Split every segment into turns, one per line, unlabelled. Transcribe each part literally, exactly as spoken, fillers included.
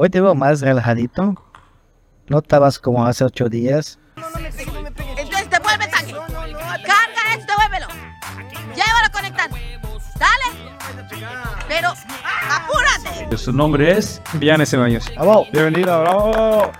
Hoy te veo más relajadito. ¿No estabas como hace ocho días?
Entonces devuelve tanque. Carga esto, devuélvelo. Llévalo conectando. Dale. Pero apúrate.
Su nombre es Viane Ceballos.
¡Bravo!
Bienvenido, bravo.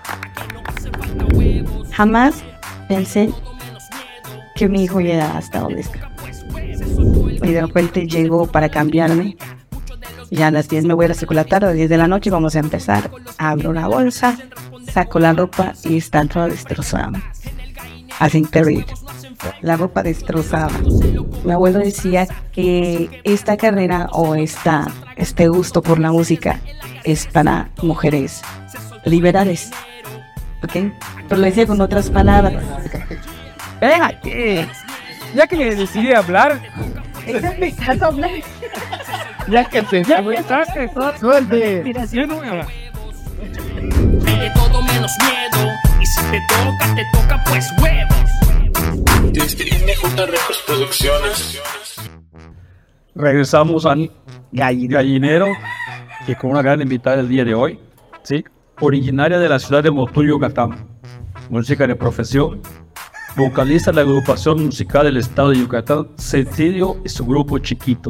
Jamás pensé que mi hijo llegara hasta donde está. Y de repente llegó para cambiarme. Ya a las diez me voy a la escuela tarde, a las diez de la noche vamos a empezar. Abro la bolsa, saco la ropa y está toda destrozada. Así terrible. La ropa destrozada. Mi abuelo decía que esta carrera o esta, este gusto por la música es para mujeres liberales. ¿Ok? Pero lo decía con otras palabras.
Espérate. Ya que decidí hablar,
Estás empezando a hablar.
ya que te ya empezaste, suerte. Yo no voy a hablar.
De todo menos miedo. Y si te toca, te toca pues huevos.
Desde J Records Producciones.
Regresamos al gallinero, que con una gran invitada el día de hoy, ¿sí? Originaria de la ciudad de Motul, Yucatán, música de profesión, vocalista de la agrupación musical del estado de Yucatán, Sencillo y su grupo Chiquito.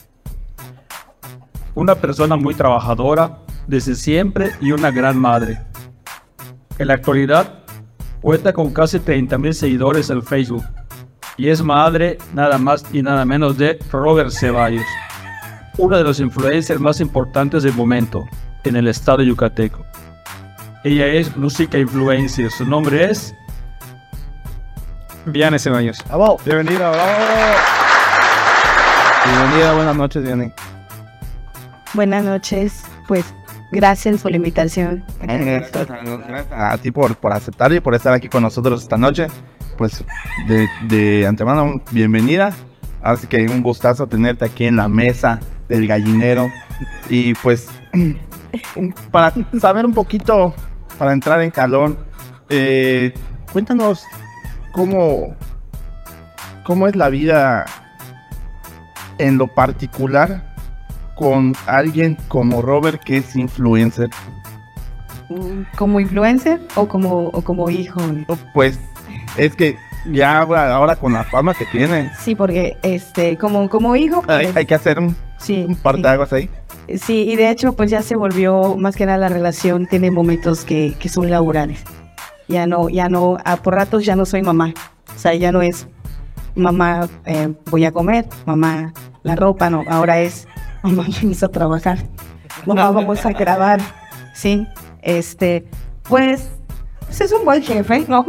Una persona muy trabajadora desde siempre y una gran madre. En la actualidad cuenta con casi treinta mil seguidores en Facebook y es madre nada más y nada menos de Robert Ceballos, uno de los influencers más importantes del momento en el estado yucateco. Ella es música influencer, su nombre es Viane Ceballos.
¡Bravo!
Bienvenida, bravo. Bienvenida, buenas noches, Viane.
Buenas noches, pues gracias por la invitación.
Gracias a ti por, por aceptar y por estar aquí con nosotros esta noche. Pues de, de antemano, bienvenida. Así que un gustazo tenerte aquí en la mesa del gallinero. Y pues, para saber un poquito, para entrar en calor, eh, cuéntanos cómo, cómo es la vida en lo particular con alguien como Robert, que es influencer.
¿Como influencer o como, o como hijo?
Pues es que ya ahora, ahora con la fama que tiene,
Sí, porque este, como, como hijo,
hay,
pues,
hay que hacer un,
sí,
un par de
sí.
aguas ahí.
Sí, y de hecho pues ya se volvió, más que nada la relación tiene momentos que, que son laborales. Ya no, ya no, a por ratos ya no soy mamá. O sea, ya no es mamá, eh, voy a comer, mamá, la ropa, no. Ahora es mamá, vamos a trabajar, mamá, vamos a grabar. Sí, este, pues, pues es un buen jefe, ¿no?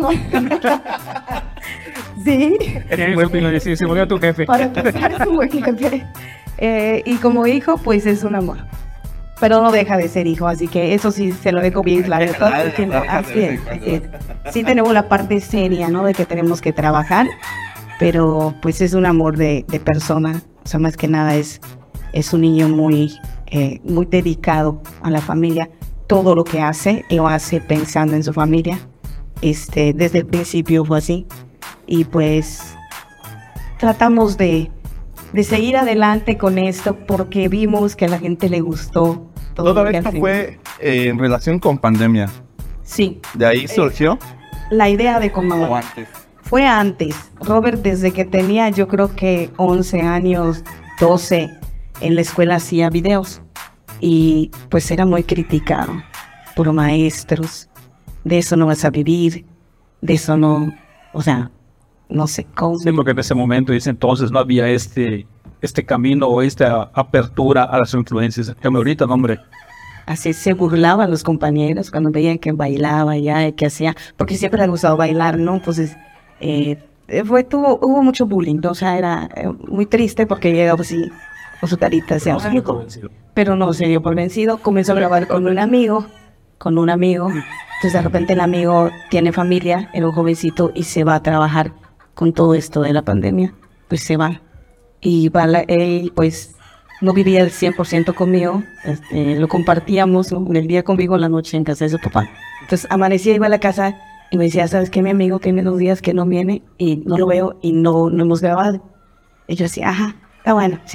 Sí.
Sí, se volvió tu jefe.
Para empezar, es un buen jefe. Eh, y como hijo, pues es un amor. Pero no deja de ser hijo, así que eso sí se lo dejo bien claro. Todo el tiempo. Así es, así es. Sí tenemos la parte seria, ¿no? De que tenemos que trabajar, pero pues es un amor de, de persona. O sea, más que nada es, es un niño muy, eh, muy dedicado a la familia. Todo lo que hace, lo hace pensando en su familia. Este, desde el principio fue así. Y pues tratamos de, de seguir adelante con esto porque vimos que a la gente le gustó todo
Todo
lo que
esto
hacemos.
fue eh, en relación con pandemia.
Sí,
De ahí surgió.
la idea de cómo
¿O antes?
fue antes. Robert, desde que tenía yo creo que once años, doce, en la escuela hacía videos y pues era muy criticado por maestros. De eso no vas a vivir, de eso no, o sea, no sé cómo.
Sí, porque en ese momento, dice entonces, no había este, este camino o esta apertura a las influencias. Que ahorita, no, hombre.
Así se burlaban los compañeros cuando veían que bailaba ya, que hacía, porque siempre le ha gustado bailar, ¿no? Entonces, eh, fue, tuvo, hubo mucho bullying, ¿no? O sea, era eh, muy triste porque llegaba así con su carita hacia abajo, pero no se dio por vencido. Comenzó a grabar con un amigo, con un amigo. Entonces, de repente el amigo tiene familia, era un jovencito y se va a trabajar con todo esto de la pandemia, pues se va. Y va la, él, pues, no vivía el cien por ciento conmigo, este, lo compartíamos, ¿no? En el día conmigo, en la noche en casa de su papá. Entonces amanecía, iba a la casa y me decía, ¿sabes qué? Mi amigo tiene dos días que no viene y no lo veo y no, no hemos grabado. Y yo decía, ajá, está bueno, sí.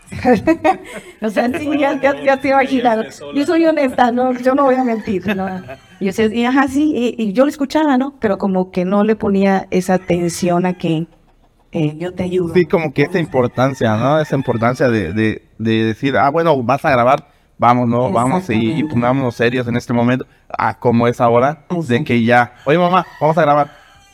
O sea, sí, ya, ya, ya te imaginas. Yo soy honesta, no, yo no voy a mentir. ¿No? Y yo decía, y, ajá, sí, y, y yo lo escuchaba, ¿no? Pero como que no le ponía esa atención a que eh, yo te ayudo.
Sí, como que esa importancia, ¿no? Esa importancia de, de, de decir, ah, bueno, vas a grabar, vamos, ¿no? Vamos y, y
Exactamente.
pongámonos serios en este momento, ah, como es ahora, de
Exacto.
que ya, oye, mamá, vamos a grabar.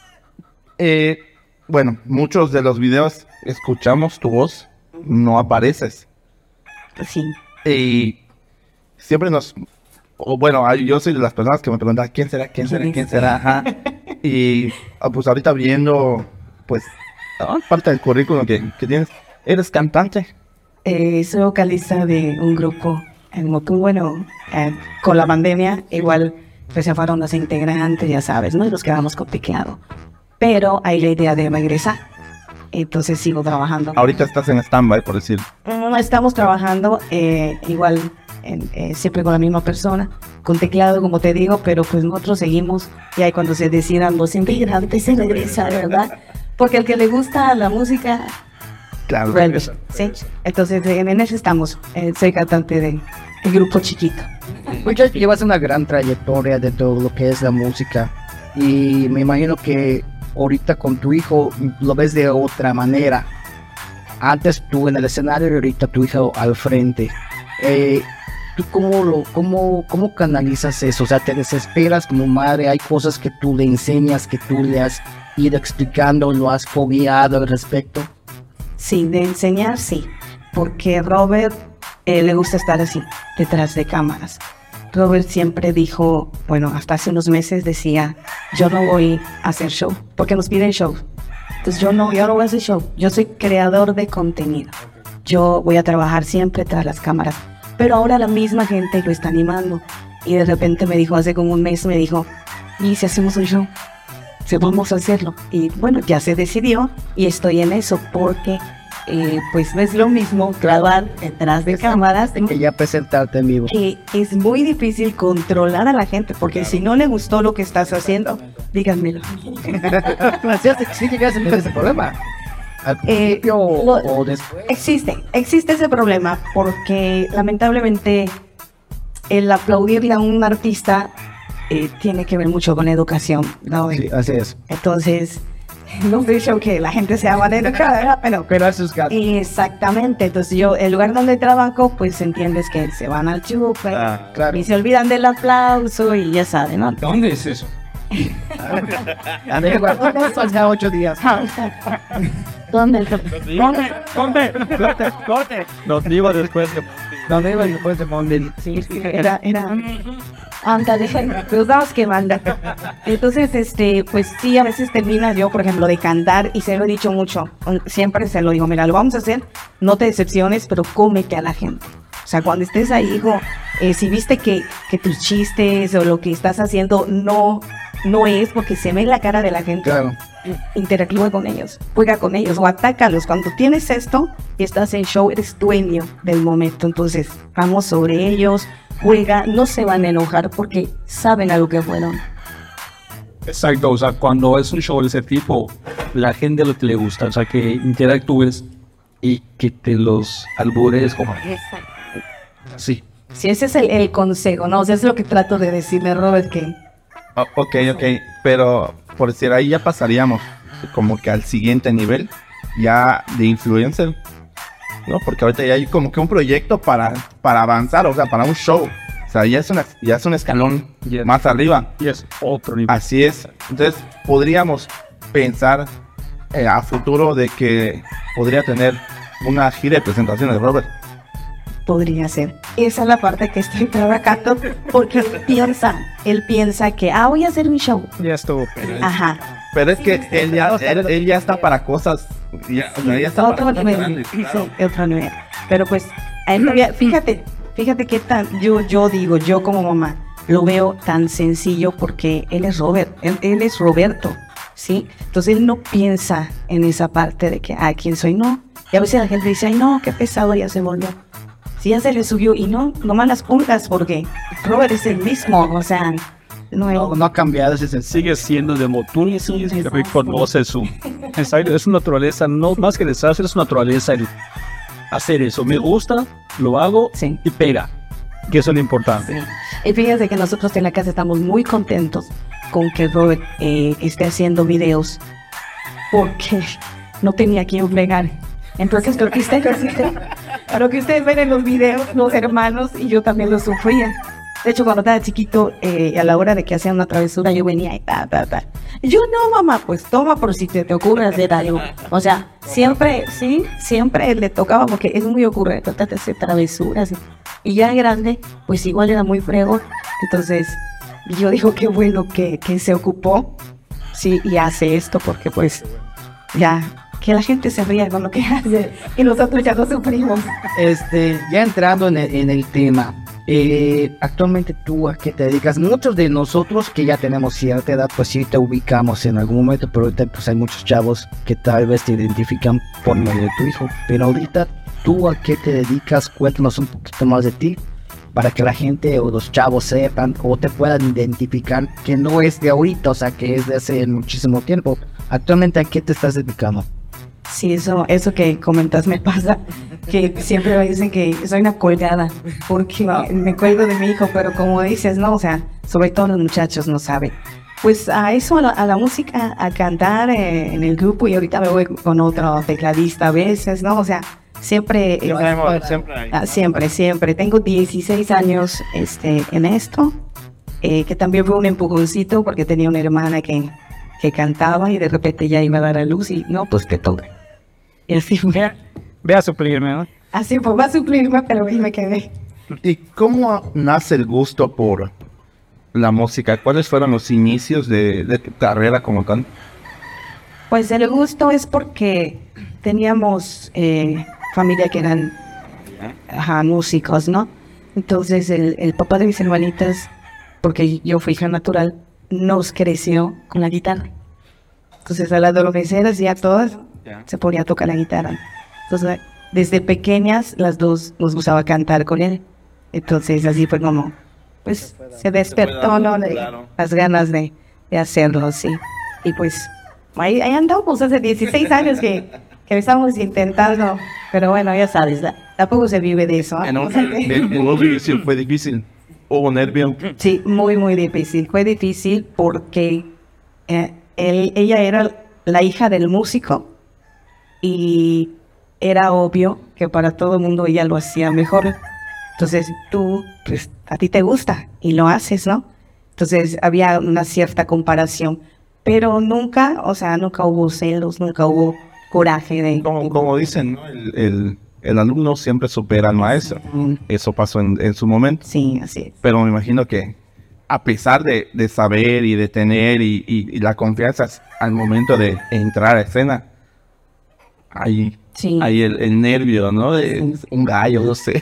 Eh, bueno, muchos de los videos escuchamos tu voz, no apareces.
Sí.
Y siempre nos, o bueno, ay, yo soy de las personas que me preguntan, ¿quién será? ¿Quién será? ¿Quién será? Ajá. Y ah, pues ahorita viendo, pues, ah, parte del currículum que, que tienes, ¿eres cantante?
Eh, soy vocalista de un grupo en Motul. Bueno, eh, con la pandemia igual pues se fueron los integrantes, ya sabes, ¿no? Y nos quedamos con teclado. Pero hay la idea de regresar. Entonces sigo trabajando.
Ahorita estás en stand-by, por decir.
Mm, Estamos trabajando eh, igual, en, eh, siempre con la misma persona, con teclado, como te digo, pero pues nosotros seguimos. Y ahí cuando se decidan los integrantes se regresa, ¿verdad? Porque el que le gusta la música,
Claro.
vuelve, ¿sí? Entonces en, en eso estamos. Eh, soy cantante de el grupo chiquito.
Muchas llevas una gran trayectoria de todo lo que es la música y me imagino que ahorita con tu hijo lo ves de otra manera. Antes tú en el escenario y ahorita tu hijo al frente. Eh, ¿Tú cómo, lo, cómo, cómo canalizas eso? O sea, te desesperas como madre, hay cosas que tú le enseñas, que tú le has ido explicando, lo has fogueado al respecto.
Sí, de enseñar, sí. Porque Robert eh, le gusta estar así, detrás de cámaras. Robert siempre dijo, bueno, hasta hace unos meses decía, yo no voy a hacer show, porque nos piden show. Entonces yo no, yo no voy a hacer show, yo soy creador de contenido. Yo voy a trabajar siempre tras las cámaras. Pero ahora la misma gente lo está animando. Y de repente me dijo, hace como un mes, me dijo, ¿y si hacemos un show? Sí, vamos a hacerlo. Y bueno, ya se decidió y estoy en eso porque eh, pues no es lo mismo grabar detrás de cámaras,
Que ya presentarte en vivo.
que es muy difícil controlar a la gente, porque si no le gustó lo que estás haciendo, díganmelo.
Sí que ya se ese problema. Al
Eh,
principio o,
lo-
o después.
Existe, existe ese problema, porque lamentablemente el aplaudirle a un artista eh, tiene que ver mucho con educación, ¿no?
Sí, así es.
Entonces, no he dicho que la gente sea mal educada, pero
Pero eso es gato.
exactamente. Entonces yo, el lugar donde trabajo, pues entiendes que se van al chupe
Ah,
claro.
y se olvidan del aplauso y ya saben, ¿no?
¿Dónde es eso?
André, guarda, ya ocho días.
¿Dónde?
¿Dónde? ¿Dónde? Corte, corte. Los digo después de...
¿Dónde iba después de Monday?
Sí, sí, era, era. Anda, los dados que manda. Entonces, este, pues sí, a veces termina yo, por ejemplo, de cantar, y se lo he dicho mucho, siempre se lo digo, mira, lo vamos a hacer, no te decepciones, pero cómete a la gente. O sea, cuando estés ahí, hijo, eh, si viste que, que tus chistes o lo que estás haciendo no, no es, porque se ve en la cara de la gente,
Claro.
interactúa con ellos, juega con ellos o atácalos. Cuando tienes esto y estás en show, eres dueño del momento. Entonces, vamos sobre ellos, juega, no se van a enojar porque saben a lo que fueron.
Exacto, o sea, cuando es un show de ese tipo, la gente lo que le gusta, o sea, que interactúes y que te los albures como así.
Sí, ese es el, el consejo, ¿no? O sea, es lo que trato de decirle a Robert, que
Oh, ok, ok, pero por decir ahí ya pasaríamos como que al siguiente nivel ya de influencer, ¿no? Porque ahorita ya hay como que un proyecto para, para avanzar, o sea, para un show. O sea, ya es, una, ya es un escalón
Yes.
más arriba.
Y es otro nivel.
Así es. Entonces, podríamos pensar eh, a futuro de que podría tener una gira de presentaciones de Robert.
podría ser. Esa es la parte que estoy trabajando, porque él piensa, él piensa que, ah, voy a hacer mi show.
Ya estuvo.
Ajá.
Pero es que él ya, él, él ya está para cosas. Ya, o sea, ya está
Otro
para cosas
nivel,
grandes, claro.
sí, otro nivel. Pero pues, a él todavía- fíjate, fíjate qué tan, yo, yo digo, yo como mamá, lo veo tan sencillo porque él es Robert, él, él es Roberto, ¿sí? Entonces él no piensa en esa parte de que, ah, ¿quién soy? No. Y a veces la gente dice, ay, no, qué pesado, ya se volvió. Sí, ya se le subió, y no, nomás las pulgas, porque Robert es el mismo, o sea, no es...
No, no ha cambiado ese sencillo.
Sigue siendo de Motul y
Sí, sí,
reconoce su... Exacto, es su naturaleza, no más que desastre, es su naturaleza el hacer eso. Me gusta, lo hago
Sí.
y pega, que eso es lo importante.
Sí. Y fíjense que nosotros en la casa estamos muy contentos con que Robert eh, esté haciendo videos porque no tenía quien fregar. Entonces lo que ustedes, lo que ustedes ven en los videos, los hermanos y yo también lo sufría. De hecho, cuando estaba chiquito, eh, a la hora de que hacían una travesura, yo venía y ta, ta, ta. Y yo, no, mamá, pues toma por si te, te ocurre hacer algo. O sea, siempre, sí, siempre le tocaba porque es muy ocurrente, tratar de hacer travesuras. Y ya grande, pues igual era muy fregón. Entonces, yo digo, qué bueno que, que se ocupó, sí, y hace esto porque pues ya, que la gente se ría con lo que hace y nosotros ya no sufrimos.
Este, ya entrando en el, en el tema, eh, actualmente tú a qué te dedicas. Muchos de nosotros que ya tenemos cierta edad, pues sí te ubicamos en algún momento, pero ahorita pues hay muchos chavos que tal vez te identifican por medio de tu hijo. Pero ahorita, ¿tú a qué te dedicas? Cuéntanos un poquito más de ti, para que la gente o los chavos sepan o te puedan identificar que no es de ahorita, o sea, que es de hace muchísimo tiempo. Actualmente, ¿a qué te estás dedicando?
Sí, eso, eso que comentas me pasa, que siempre me dicen que soy una colgada, porque me cuelgo de mi hijo, pero como dices, no, o sea, sobre todo los muchachos no saben. Pues a eso, a la, a la música, a cantar eh, en el grupo, y ahorita me voy con otro tecladista a veces, ¿no? O sea, siempre, eh,
Siempre hay.
ah, siempre, siempre. Tengo dieciséis años este, en esto, eh, que también fue un empujoncito porque tenía una hermana que, que cantaba y de repente ya iba a dar a luz y no, pues te toca. Y así fue.
Ve a suplirme, ¿no?
Así fue, va a suplirme, pero ahí me quedé.
¿Y cómo nace el gusto por la música? ¿Cuáles fueron los inicios de, de tu carrera como tal?
Pues el gusto es porque teníamos eh, familia que eran ajá, músicos, ¿no? Entonces el, el papá de mis hermanitas, porque yo fui hija natural, nos creció con la guitarra. Entonces a las adolescentes ya todas se ponía a tocar la guitarra. Entonces desde pequeñas las dos nos gustaba cantar con él. Entonces así fue como, pues se despertó, ¿no? De- las ganas de, de hacerlo, sí. Y pues ahí, ahí andamos hace dieciséis años que, que estamos intentando, pero bueno, ya sabes, la- tampoco se vive de eso. ¿eh?
En un, en un inicio fue difícil. Hubo nervio.
Sí, muy, muy difícil. Fue difícil porque eh, él, ella era la hija del músico y era obvio que para todo el mundo ella lo hacía mejor. Entonces tú, pues a ti te gusta y lo haces, ¿no? Entonces había una cierta comparación, pero nunca, o sea, nunca hubo celos, nunca hubo coraje de...
Como, como dicen, ¿no? el, el, el alumno siempre supera al maestro.
Mm,
Eso pasó en, en su momento.
sí, así es.
Pero me imagino que a pesar de, de saber y de tener y, y- y la confianza al momento de entrar a escena, hay,
Sí.
hay el, el nervio, ¿no? De un gallo, no sé.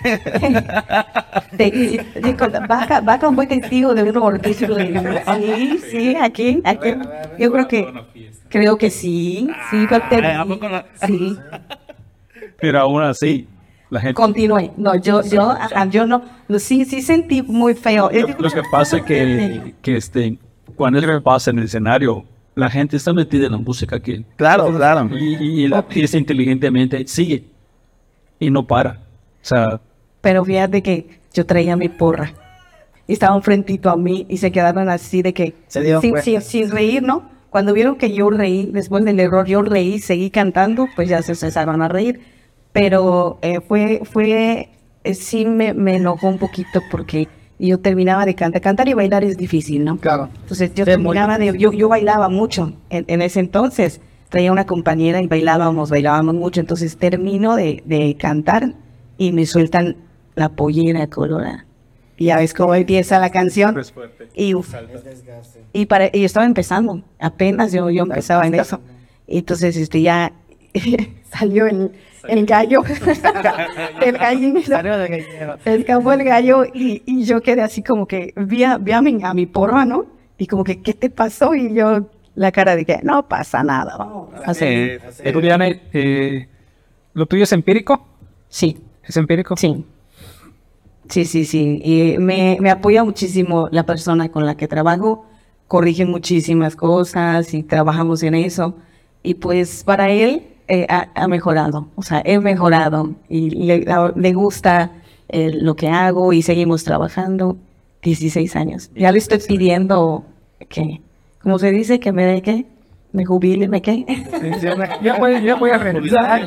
Te- te- con- baja, baja un buen testigo de un orquídeo. Sí, sí, aquí, aquí. Yo creo que, creo que sí, sí, cualquier- sí.
Pero aún así, la gente...
Continúe. No, yo, yo, ajá, yo no, no, sí, sí sentí muy feo.
Lo, lo que pasa es que, que este, cuando él pasa en el escenario, la gente está metida en la música aquí.
Claro, claro.
Y, y la pieza inteligentemente sigue y no para. O sea,
Pero fíjate que yo traía mi porra. Y estaban frentito a mí y se quedaron así de que...
Se dieron
sin,
cuenta.
sin, sin reír, ¿no? Cuando vieron que yo reí, después del error yo reí, seguí cantando, pues ya se cesaron a reír. Pero eh, fue, fue, eh, sí me, me enojó un poquito porque yo terminaba de cantar. Cantar y bailar es difícil, ¿no?
Claro.
Entonces yo
Sí, muy
terminaba de, yo, yo bailaba mucho en, en ese entonces. Traía una compañera y bailábamos, bailábamos mucho. Entonces termino de, de cantar y me sueltan la pollera colorada. Y ya ves cómo empieza la canción. Y, uf, y, para, y estaba empezando, apenas yo, yo empezaba en eso. Y entonces este, ya salió el, el gallo. el gallín. Escapó el gallo y, y yo quedé así como que vi a, vi a, mi, a mi porra, ¿no? Y como que, ¿qué te pasó? Y yo, la cara de que no pasa nada. Vamos a hacer-
Eh, Juliana, eh, ¿lo tuyo es empírico?
Sí,
¿Es empírico?
sí. Sí, sí, sí. Y me, me apoya muchísimo la persona con la que trabajo. Corrige muchísimas cosas y trabajamos en eso. Y pues para él, eh, ha, ha mejorado, o sea, he mejorado y le, a- le gusta eh, lo que hago y seguimos trabajando dieciséis años. Ya le estoy pidiendo que, como se dice, que me dé que me jubile, me que.
Ya voy, ya voy a renunciar.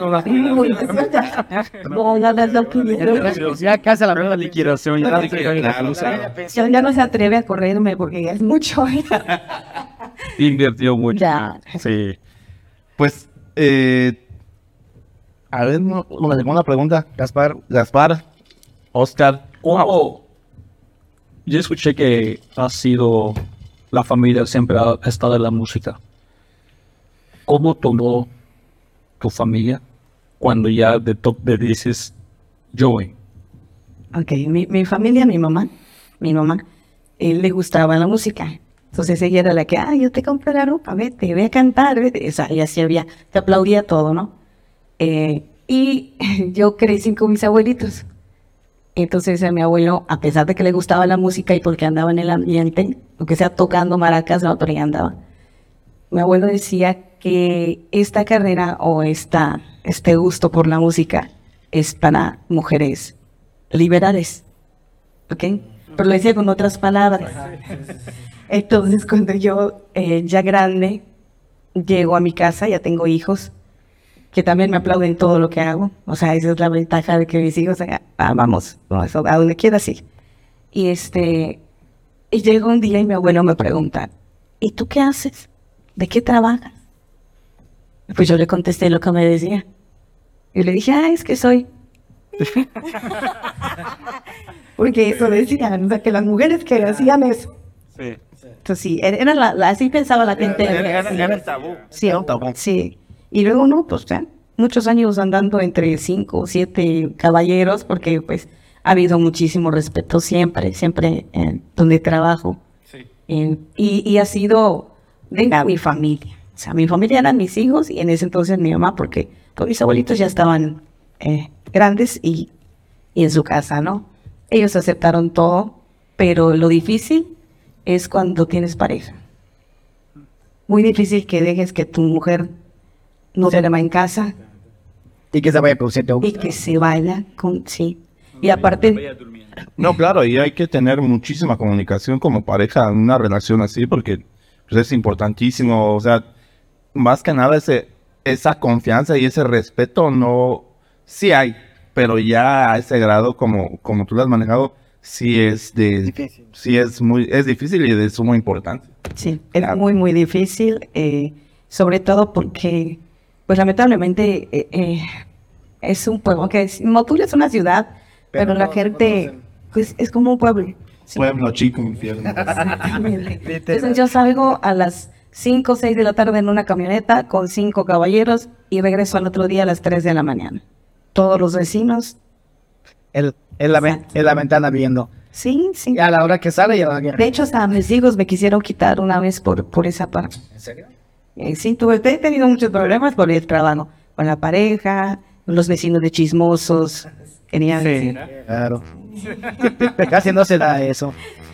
No, ya no, no,
Ya casi a la nueva liquidación. Ya,
ya, ya no se atreve a correrme porque es mucho.
invirtió mucho.
Ya.
Sí.
Pues, eh, a ver, no- una segunda pregunta. Gaspar, Gaspar, Oscar.
¿Cómo? Yo escuché que ha sido la familia siempre ha estado en la música. ¿Cómo tomó tu familia cuando ya de top de dices yo voy?
Ok, mi, mi familia, mi mamá, mi mamá, él le gustaba la música. Entonces ella era la que, ah, yo te compro la ropa, vete, ve a cantar, vete. O sea, ella sí había, te aplaudía todo, ¿no? Eh, y yo crecí con mis abuelitos. Entonces a mi abuelo, a pesar de que le gustaba la música y porque andaba en el ambiente, aunque sea tocando maracas, no, pero ya andaba. Mi abuelo decía que esta carrera o esta, este gusto por la música es para mujeres liberales, ¿ok? Pero lo decía con otras palabras. Entonces, cuando yo, eh, ya grande, llego a mi casa, ya tengo hijos, que también me aplauden todo lo que hago. O sea, esa es la ventaja de que mis hijos, ah, ah, vamos, no, eso, a donde quieras ir. Y este, y llega un día y mi abuelo me pregunta, ¿y tú qué haces? ¿De qué trabajas? Pues yo le contesté lo que me decía. Y le dije, ah, es que soy. Porque eso decían, o sea, que las mujeres que hacían eso.
Sí.
Entonces sí, era era la, la- así pensaba la gente. Sí, sí. Y luego no, pues ya, muchos años andando entre cinco o siete caballeros, porque pues ha habido muchísimo respeto siempre, siempre en donde trabajo. Eh, y, y ha sido, venga, mi familia. O sea, mi familia eran mis hijos y en ese entonces mi mamá, porque todos mis abuelitos ya estaban eh, grandes y, y en su casa, ¿no? Ellos aceptaron todo, pero lo difícil es cuando tienes pareja. Muy difícil que dejes que tu mujer no se duerma en casa
Y que se vaya con siete
y que se vaya con, sí. Y aparte,
No, claro, y hay que tener muchísima comunicación como pareja en una relación así, porque pues, es importantísimo, o sea, más que nada ese, esa confianza y ese respeto no, sí hay, pero ya a ese grado como, como tú lo has manejado, sí es de, sí es muy, es difícil y de suma importancia.
sí, es muy, muy difícil, eh, sobre todo porque, pues lamentablemente, eh, eh, es un pueblo que es, Motul es una ciudad, pero, la gente, pues es como un pueblo. Sí.
Pueblo chico, infierno.
Exactamente. Entonces yo salgo a las cinco o seis de la tarde en una camioneta con cinco caballeros y regreso al otro día a las tres de la mañana. Todos los vecinos,
En, en la, ven- en la ventana viendo.
sí, sí.
Y a la hora que sale ya va bien.
De hecho, hasta mis hijos me quisieron quitar una vez por, por esa parte.
¿En serio?
Eh, sí, tuve, he tenido muchos problemas por el trabajo, con la pareja, con los vecinos de chismosos. Querían decir,
Claro. Casi no se da eso.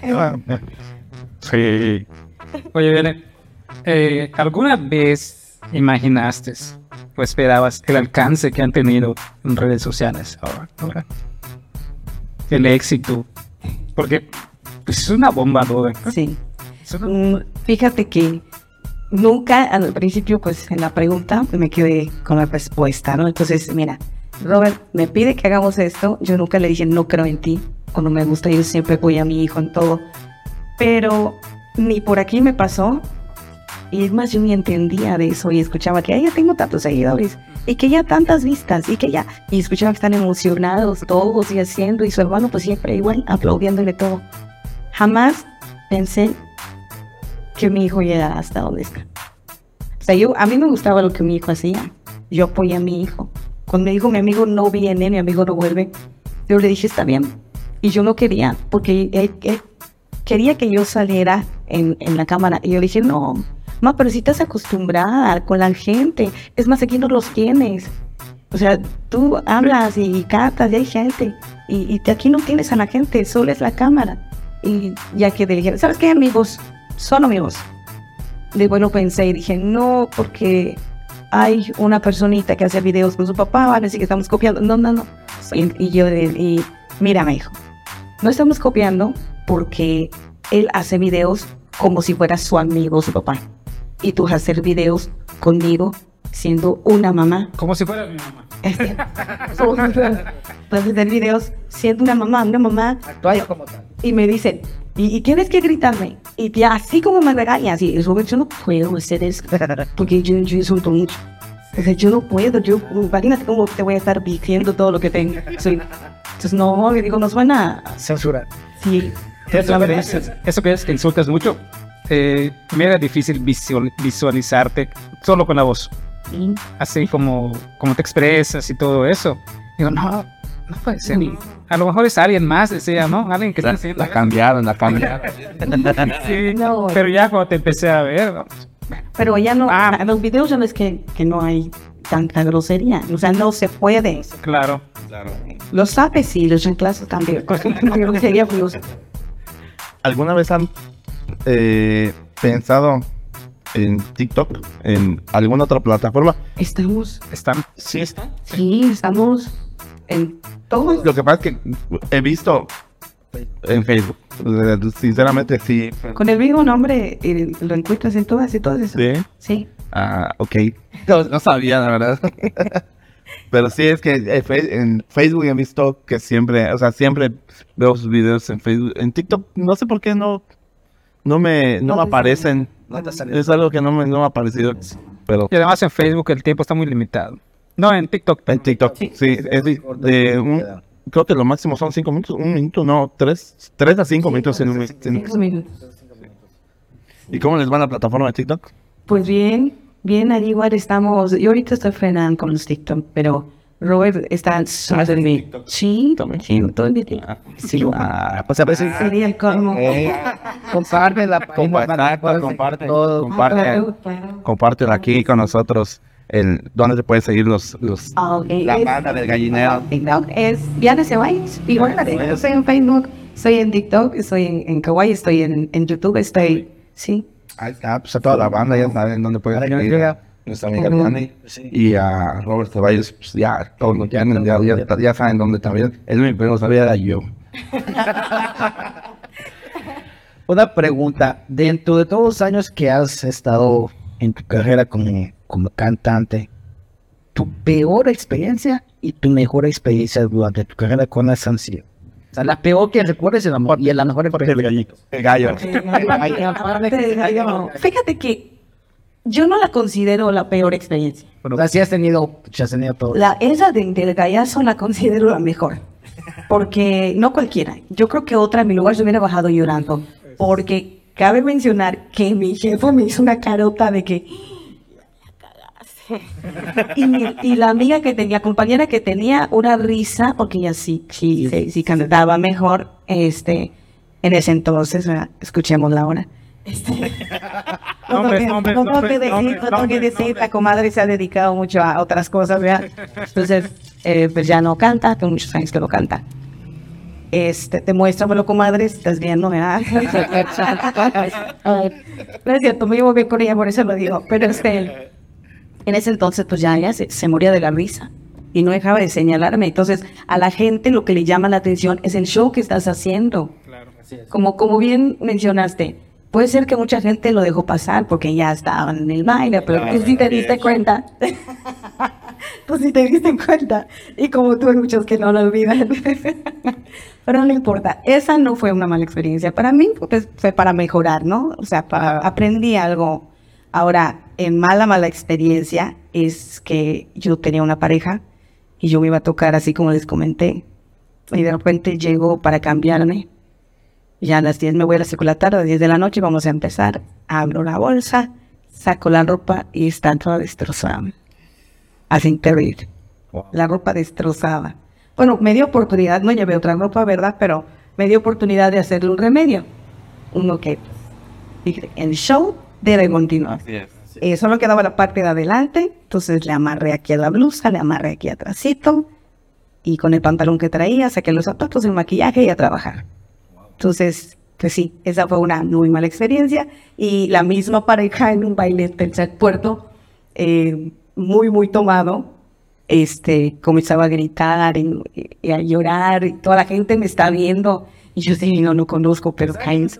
Sí.
Oye, Belén, eh, ¿alguna vez imaginaste o esperabas el alcance que han tenido en redes sociales ahora? ahora? El éxito. Porque pues, es una bomba, ¿no?
sí.
Es una-
Mm, Fíjate que nunca al principio, pues en la pregunta me quedé con la respuesta, ¿no? Entonces, mira, Robert me pide que hagamos esto. Yo nunca le dije no creo en ti o no me gusta. Yo siempre apoyo a mi hijo en todo. Pero ni por aquí me pasó. Y es más, yo ni entendía de eso y escuchaba que "Ay, ya tengo tantos seguidores y que ya tantas vistas y que ya". Y escuchaba que están emocionados todos y haciendo. Y su hermano, pues siempre igual, aplaudiéndole todo. Jamás pensé que mi hijo llegara hasta donde está. O sea, yo, a mí me gustaba lo que mi hijo hacía. Yo apoyé a mi hijo. Cuando me dijo mi amigo no viene, mi amigo no vuelve, yo le dije está bien. Y yo no quería, porque él, él quería que yo saliera en, en la cámara. Y yo le dije, no, ma, pero si estás acostumbrada con la gente. Es más, aquí no los tienes. O sea, tú hablas y cantas y hay gente. Y, y te- aquí no tienes a la gente, solo es la cámara. Y ya que le dije, ¿sabes qué, amigos? Son amigos. Después lo pensé y dije, no, porque hay una personita que hace videos con su papá, vale, así que estamos copiando. No, no, no. Y, y yo, y, mira, me dijo, no estamos copiando porque él hace videos como si fuera su amigo, su papá. Y tú vas a hacer videos conmigo siendo una mamá.
Como si fuera mi mamá.
Este, vas a hacer videos siendo una mamá, una mamá.
Actual como tal.
Y me dicen, ¿y, y tienes que gritarme? Y ya, así como me regañas, y Robert, yo no puedo hacer eso, porque yo, yo insulto mucho. O sea, yo no puedo, yo, imagínate cómo te voy a estar diciendo todo lo que tengo. Soy, entonces, no, le digo, nos van a
censurar.
Sí.
Eso, eso, eso que es que insultas mucho, eh, me era difícil visual, visualizarte solo con la voz.
¿Sí?
Así como, como te expresas y todo eso. Digo, no, no puede ser. A lo mejor es alguien más, decía, ¿no? Alguien que está haciendo.
La cambiaron, la cambiaron.
Sí,
No,
pero ya cuando te empecé a ver, ¿no?
Pero ya no,
Ah.
en los videos ya ves que, que no hay tanta grosería, o sea, no se puede.
Claro.
Los sabes sí, los chanclazos también. Grosería, pues,
¿Alguna vez han eh, pensado en TikTok, en alguna otra plataforma?
estamos,
Están.
Sí, está.
sí, estamos en todos.
Lo que pasa es que he visto en Facebook, eh, sinceramente sí.
Con el mismo nombre eh, lo encuentras en todas y todas eso.
Sí.
Sí.
Ah, ok. No, no sabía, la verdad. Pero sí, es que eh, fe- en Facebook he visto que siempre, o sea, siempre veo sus videos en Facebook. En TikTok, no sé por qué no, no me, no me aparecen. Es algo que no me, no me ha aparecido. Pero
Y además en Facebook el tiempo está muy limitado. No, en TikTok.
en TikTok, sí, es de un, creo que lo máximo son cinco minutos, un minuto, no, tres, tres a cinco minutos en un en-
Cinco minutos.
¿Y cómo les va la plataforma de TikTok?
Pues bien, bien, ahí igual estamos. Yo ahorita estoy frenando con los TikTok, pero Robert está súper bien. Sí,
También.
sí, todo el día. Sí,
Ah, pues a veces
sería el colmo.
Comparte la
comparte, comparte,
todo.
comparte,
Claro, claro.
compártelo aquí con nosotros. El, ¿dónde te puedes seguir los, los
Ah, ok.
la
Es-
banda del gallinero?
TikTok es Diana Ceballos. Igual, yo estoy en Facebook, estoy en TikTok, estoy en, en Kawaii, estoy en, en YouTube, estoy, sí.
Ahí está, pues a toda la banda ya saben dónde pueden
Ahora que
seguir.
llega.
Nuestra amiga
Ujú.
Diana y a Robert Ceballos, pues ya todos lo tienen, ya, ya, ya saben dónde también. El único que no sabía era yo.
Una pregunta, dentro de todos los años que has estado en tu carrera como, como cantante, tu peor experiencia y tu mejor experiencia durante tu carrera con las han sido. O sea, la peor que recuerdes y la, mo- y la mejor experiencia.
El gallo.
Fíjate que yo no la considero la peor experiencia.
O sea, sí has tenido, sí has tenido todo.
La, esa de, del gallazo la considero la mejor. Porque no cualquiera. Yo creo que otra en mi lugar se hubiera bajado llorando. Porque cabe mencionar que mi jefe me hizo una carota de que... Y, mi- y la amiga que tenía, compañera que tenía una risa, porque ella sí, sí, sí, sí cantaba mejor, este, en ese entonces, ¿verdad? Escuchémosla ahora. Este, no
Nombres,
tengo que-
nombres,
no tengo que
nombres,
decir,
nombres,
no tengo que
nombres,
decir,
nombres.
la comadre se ha dedicado mucho a otras cosas, ¿verdad? Entonces, eh, pues ya no canta, tengo muchos años que no canta. Este, demuéstramelo, comadre, si estás viendo, ¿verdad? No es cierto, me llevo bien con ella, por eso lo digo, pero este... En ese entonces, pues ya ella se, se moría de la risa y no dejaba de señalarme. Entonces, a la gente lo que le llama la atención es el show que estás haciendo. Como, como bien mencionaste, puede ser que mucha gente lo dejó pasar porque ya estaban en el baile, pero tú sí te diste cuenta. Tú sí te diste cuenta. Y como tú hay muchos que no lo olvidan. Pero no importa, esa no fue una mala experiencia. Para mí pues, fue para mejorar, ¿no? O sea, para, aprendí algo. Ahora, en mala, mala experiencia es que yo tenía una pareja y yo me iba a tocar así como les comenté. Y de repente llego para cambiarme. Ya a las diez me voy a la escuela tarde, a las diez de la noche vamos a empezar. Abro la bolsa, saco la ropa y está toda destrozada. Así terrible. La ropa destrozada. Bueno, me dio oportunidad, no llevé otra ropa, ¿verdad? Pero me dio oportunidad de hacerle un remedio. Uno que dije, el show debe continuar. Eh, solo quedaba la parte de adelante, entonces le amarré aquí a la blusa, le amarré aquí atrásito y con el pantalón que traía saqué los zapatos, el maquillaje y a trabajar. Entonces, pues sí, esa fue una muy mala experiencia y la misma pareja en un baile en Tercer Puerto eh, muy, muy tomado, este, comenzaba a gritar y, y a llorar, y toda la gente me está viendo, y yo sí, no lo conozco, pero Heinz,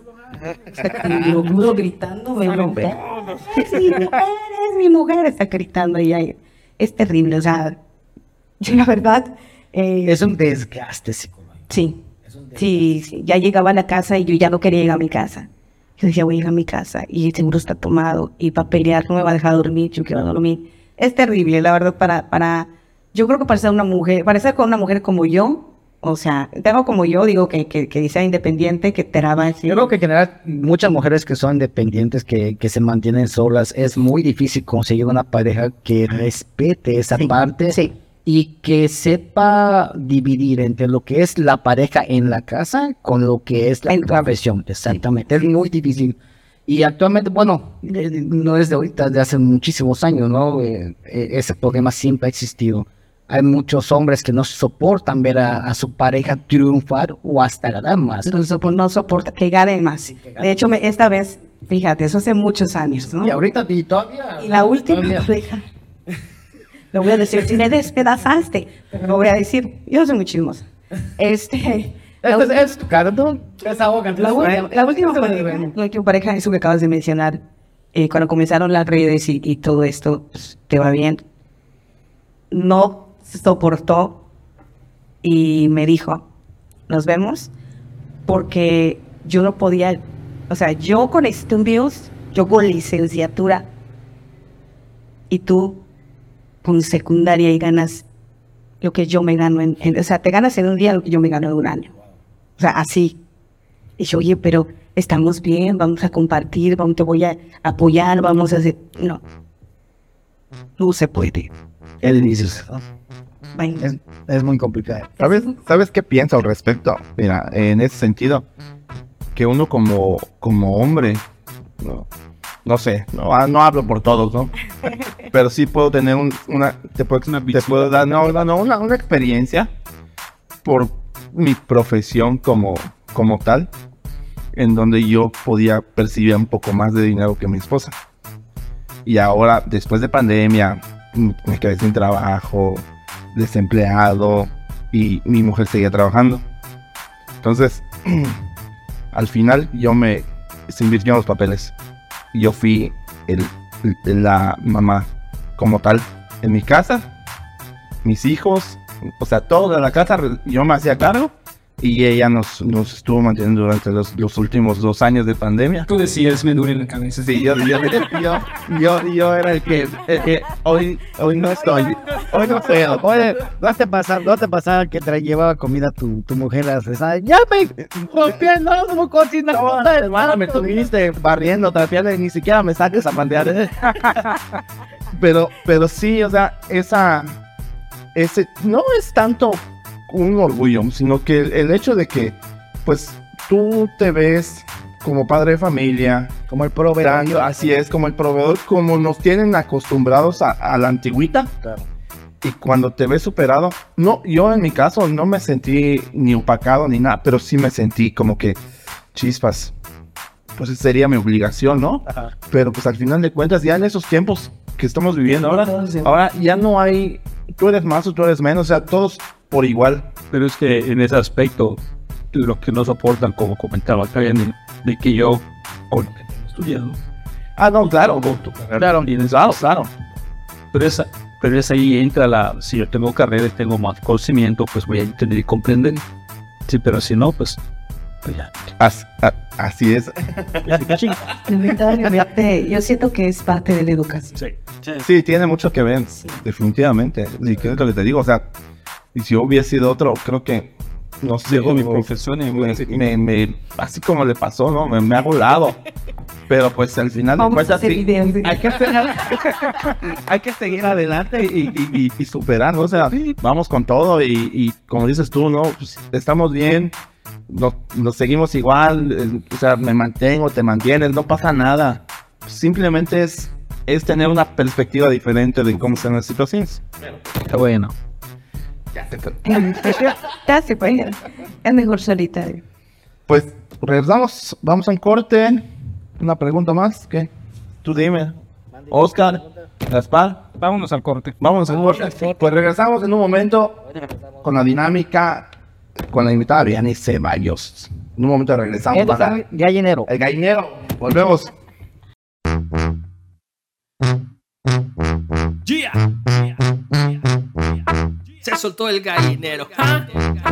lo pudo gritando, me lo ve. Es mi mujer, es mi mujer, está gritando, y ahí, es terrible, o sea, yo la verdad... Eh,
Es un desgaste psicológico.
Sí, sí, sí, ya llegaba a la casa y yo ya no quería llegar a mi casa. Yo decía, voy a ir a mi casa y el seguro está tomado y va a pelear, no me va a dejar dormir, yo quiero dormir. Es terrible, la verdad, para, para, yo creo que para ser una mujer, para ser con una mujer como yo, o sea, tengo como yo, digo, que, que, que sea independiente, que trabaje.
Yo creo que en general muchas mujeres que son independientes, que, que se mantienen solas, es muy difícil conseguir una pareja que respete esa
Sí,
parte
sí.
y que sepa dividir entre lo que es la pareja en la casa con lo que es la
El trabajo.
profesión. Exactamente, es muy difícil. Y actualmente, bueno, eh, no es de ahorita, de hace muchísimos años, ¿no? Eh, eh, ese problema siempre ha existido. Hay muchos hombres que no soportan ver a, a su pareja triunfar o hasta ganar más.
No, sopo- no soporta que gane más. De hecho, me- esta vez, fíjate, eso hace muchos años, ¿no?
Y ahorita y todavía...
Y la última
todavía-
pareja, lo voy a decir, si me despedazaste, pero lo voy a decir, yo soy muy chismosa. Este, la,
Es, es tu cara, ¿no? Es ahoga,
la última, la última pareja, la última pareja, eso que acabas de mencionar, eh, cuando comenzaron las redes y, y todo esto, pues, te va bien, no soportó y me dijo, nos vemos, porque yo no podía, o sea, yo con estudios, yo con licenciatura, y tú con secundaria y ganas lo que yo me gano en, en- o sea, te ganas en un día lo que yo me gano en un año. O sea, así. Y yo, oye, pero estamos bien, vamos a compartir, vamos, te voy a apoyar, vamos a hacer... No. No se puede.
Él dice,
Bueno,
es, es muy complicado.
¿Sabes, ¿Sabes qué pienso al respecto? Mira, en ese sentido, que uno como, como hombre, no, no sé, no, ah, no hablo por todos, ¿no? Pero sí puedo tener un- una, te puedo, te puedo dar no, no, no, una, una experiencia por mi profesión como, como tal, en donde yo podía percibir un poco más de dinero que mi esposa. Y ahora, después de pandemia, m- me quedé sin trabajo, desempleado, y mi mujer seguía trabajando. Entonces, al final yo me se invirtieron los papeles. Yo fui el, el- la mamá como tal en mi casa, mis hijos, o sea, toda la casa yo me hacía cargo y ella nos, nos estuvo manteniendo durante los, los últimos dos años de pandemia.
Tú decías, me duele la cabeza.
Sí, yo, yo, yo, yo, yo era el que, el que hoy, hoy no estoy, hoy no puedo.
Oye, ¿no te pasaba, no te pasaba que te llevaba comida tu, tu mujer a rezar? Ya me rompiendo, no cocina.
No, hermano, me estuviste barriendo, trapeando y ni siquiera me saques a pandear. Pero, pero sí, o sea, esa, ese, no es tanto un orgullo, sino que el, el hecho de que, pues, tú te ves como padre de familia,
Como el proveedor.
dando- así es, como el proveedor, como nos tienen acostumbrados a, a la antigüita.
Claro.
Y cuando te ves superado, no, yo en mi caso no me sentí ni opacado ni nada, pero sí me sentí como que chispas. Pues sería mi obligación, ¿no?
Ajá.
Pero pues al final de cuentas, ya en esos tiempos que estamos viviendo ahora, ahora ya no hay, tú eres más o tú eres menos, o sea, todos por igual.
Pero es que en ese aspecto, lo que no soportan, como comentaba Karen, de que yo, con lo que tengo estudiado,
Ah, no, claro,
claro, claro, claro. Pero es, pero es ahí entra la, si yo tengo carrera y tengo más conocimiento, pues voy a entender y comprender. Sí, pero si no, pues, pues ya.
As- a- así es.
lamentablemente, yo siento que es parte de la educación.
Sí.
Sí, tiene mucho que ver, definitivamente. Y creo que te digo, o sea, y si yo hubiera sido otro, creo que, no sé,
Dejo mi
o-
profesión y
me, me, me- así como le pasó, ¿no? Me, me ha volado. Pero pues al final de
Vamos a
cuentas
hacer
sí,
videos.
hay que, seguir, hay que seguir adelante y, y, y, y superar, ¿no? O sea, vamos con todo y, y como dices tú, ¿no? Pues, estamos bien, nos, nos seguimos igual, eh, o sea, me mantengo, te mantienes, no pasa nada. Simplemente es, es tener una perspectiva diferente de cómo son las situaciones.
Está bueno.
Ya se puede. Es mejor solitario.
Pues regresamos, vamos a un corte. Una pregunta más, ¿qué? Tú dime. Oscar, Gaspar.
vámonos al corte.
Vamos a corte. Pues regresamos en un momento con la dinámica, con la invitada Vianney Ceballos. En un momento regresamos para
Gallinero.
el gallinero. Volvemos.
Yeah. Se soltó el gallinero. ¿Ah?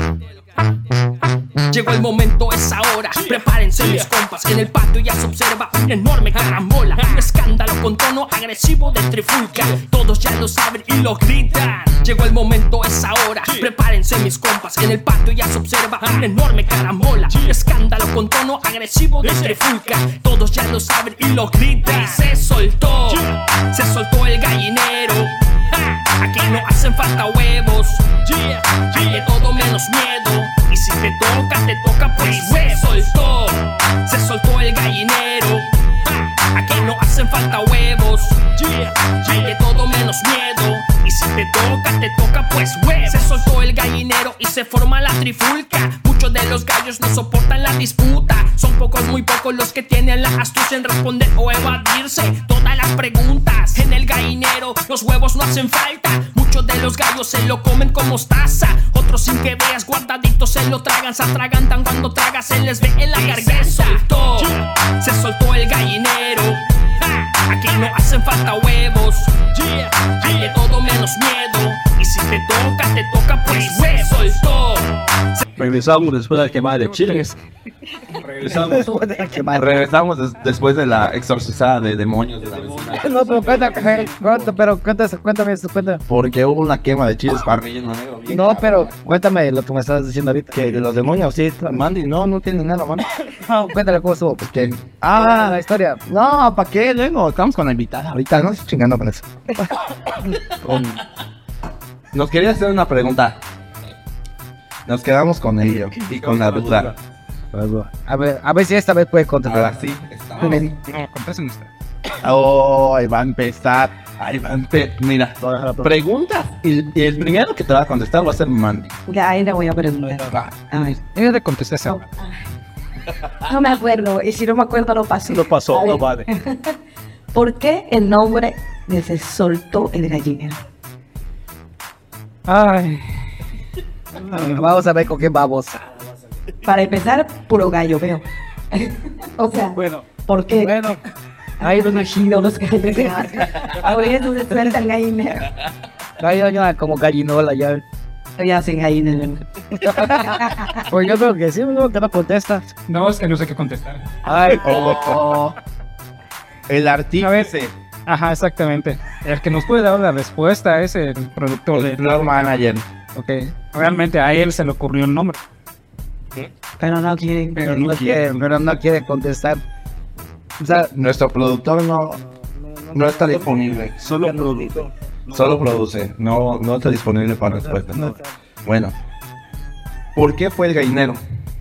Llegó el momento, es ahora. Prepárense mis compas. En el patio ya se observa una enorme carambola. Un escándalo con tono agresivo de trifulca. Todos ya lo saben y lo gritan. Llegó el momento, es ahora. Prepárense mis compas. En el patio ya se observa una enorme carambola. Un escándalo con tono agresivo de trifulca. Todos ya lo saben y lo gritan. Se soltó, se soltó el gallinero. Aquí no hacen falta huevos. Hay de todo menos miedo. Y si te toca, te toca pues se soltó. Se soltó el gallinero. Aquí no hacen falta huevos. Hay de todo menos miedo. Y si te toca, te toca pues huevos. Se soltó el gallinero y se forma la trifulca. Muchos de los gallos no soportan la disputa. Son pocos, muy pocos los que tienen la astucia en responder o evadirse todas las preguntas. En el gallinero los huevos no hacen falta. Muchos de los gallos se lo comen con mostaza. Otros sin que veas guardaditos se lo tragan. Se atragantan cuando tragas, se les ve en la garganta. Se soltó, se soltó el gallinero. Aquí no hacen falta huevos. Hay de todo menos miedo. Y si te toca, te toca pues se soltó.
Regresamos después de la quemada de chiles. Regresamos.
Regresamos des- después de la exorcizada de demonios de la vecina.
No, pero cuéntame, cuéntame, pero cuéntame, cuéntame eso, cuéntame.
Porque hubo una quema de chiles para relleno negro. bien
No,
cabrón.
pero cuéntame lo que me estabas diciendo ahorita.
Que de los demonios, sí, Mandy, no, no tiene nada, man.
No, cuéntale cómo estuvo. Pues que...
Ah,
Ah, la historia.
no, ¿para qué? Luego, estamos con la invitada. Ahorita no estoy chingando con eso. Con- Nos quería hacer una pregunta. Nos quedamos con ello y con la duda.
A ver, a ver si esta vez puede contestar.
Ahora sí, estamos.
No, contesten usted.
Oh, ahí va a empezar. Ahí va a empezar. Mira, preguntas. Y, y el primero que te va a contestar va a ser Mandy.
Ya, ahí le voy a preguntar.
Va.
A ver.
Yo le contesté esa.
No me acuerdo, y si no me acuerdo lo pasé.
Lo pasó,
A ver,
no vale.
¿Por qué el nombre de Se soltó el gallinero?
Ay,
Vamos a ver con qué vamos.
Para empezar, puro gallo, veo. O sea,
bueno.
¿por qué?
Bueno,
Hay unos giros, los que ahora eso se suelta el gallinero.
hay una como gallinola ya.
Ya hacen gallinero.
Pues yo creo que sí, no, que no contesta.
No, es que no sé qué contestar.
Ay,
Oh, oh. El artífice.
Ajá, exactamente. El que nos puede dar la respuesta es el productor
El
de...
floor manager.
Ok, realmente a él se le ocurrió el nombre.
Pero no quieren.
pero no quiere, pero no quiere contestar. O sea,
Nuestro productor no, no está disponible.
Solo producto.
Solo produce. No, no está disponible para respuesta. Bueno. ¿Por qué fue el gallinero?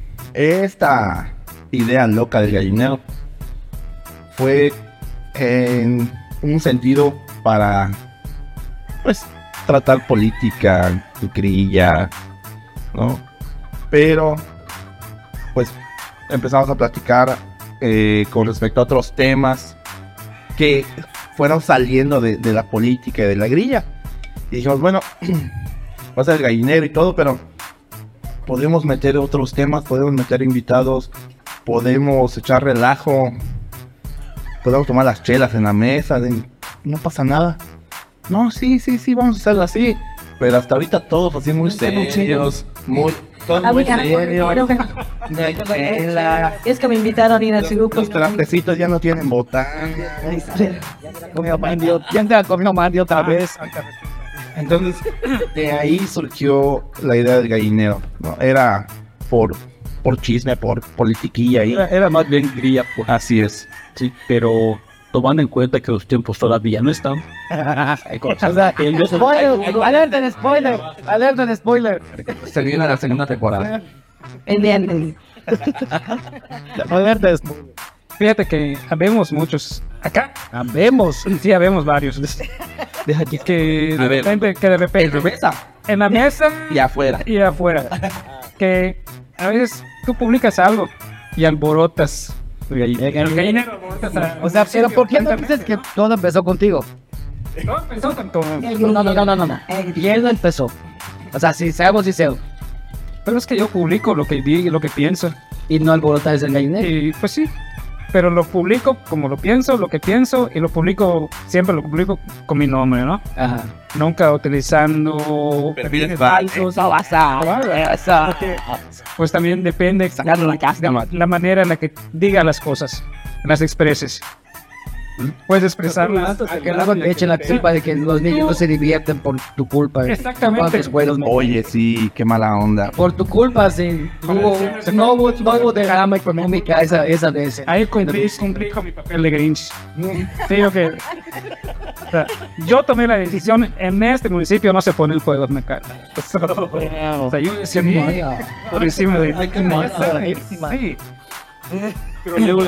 Esta idea loca del gallinero fue en un sentido para, pues, tratar política, grilla, ¿no? Pero, pues, empezamos a platicar eh, con respecto a otros temas que fueron saliendo de, de la política y de la grilla. Y dijimos, bueno, va a ser el gallinero y todo, pero podemos meter otros temas, podemos meter invitados, podemos echar relajo, podemos tomar las chelas en la mesa, de- no pasa nada. No, sí, sí, sí, vamos a hacerlo así. Pero hasta ahorita todos así muy serios, muy, todos muy serios. No hay chela,
Es que me invitaron a ir a su grupo.
los trastecitos ya no tienen botán.
comió mandio, ya te comió mandio otra vez.
Entonces, de ahí surgió la idea del gallinero, ¿no? Era por, por chisme, por politiquilla ahí.
Era, era más bien grilla, pues,
Así es.
sí, pero tomando en cuenta que los tiempos todavía no están. Hay cosas.
O sea,
que yo-
spoiler, alerta de spoiler, alerta de spoiler.
Se viene la segunda temporada.
Entienden.
Alerta de spoiler.
Fíjate que habemos muchos. Acá
Vemos.
sí habemos varios.
Deja que
Que
A
de
ver.
repente, que de repente
mesa
en la mesa
y afuera.
y afuera. Que a veces tú publicas algo y alborotas. El gallinero alborotas a-
O sea, pero ¿por qué no dices que todo empezó contigo?
No empezó tanto.
No, no, no, no, no, no. Y él no empezó. O sea, si seamos sinceros.
Pero es que yo publico lo que digo y lo que pienso.
Y no alborotar el gallinero.
Y pues sí. Pero lo publico como lo pienso, lo que pienso, y lo publico, siempre lo publico con mi nombre, ¿no?
Ajá.
Nunca utilizando
Perfiles
falsos. Porque, pues también depende la, la manera en la que diga las cosas, las expreses. Puedes expresarlas.
Que luego te echen la culpa de que los niños no se divierten por tu culpa.
Exactamente.
¿Cuántos juegos no-
Oye, sí, qué mala onda.
Por tu culpa, sí. Hubo, no, hubo, no hubo derrama económica esa, esa vez.
Ahí cumplí, cumplí con mi papel de Grinch. Sí, ok. O sea, yo tomé la decisión, en este municipio no se pone el juego, me cae. O sea, yo decidí por encima de... Sí. Pero luego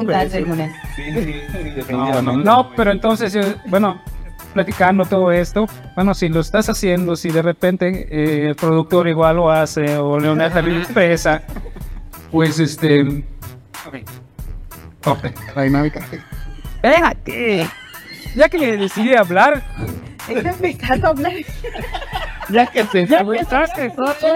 No, no, no, pero entonces, yo, bueno, platicando todo esto, bueno, si lo estás haciendo, si de repente eh, el productor igual lo hace o Leonardo lo expresa, pues este... Ok. Ok. La dinámica. Espérate. Ya que le decidí hablar,
Está empezando a hablar.
Ya que se
ya empezaste.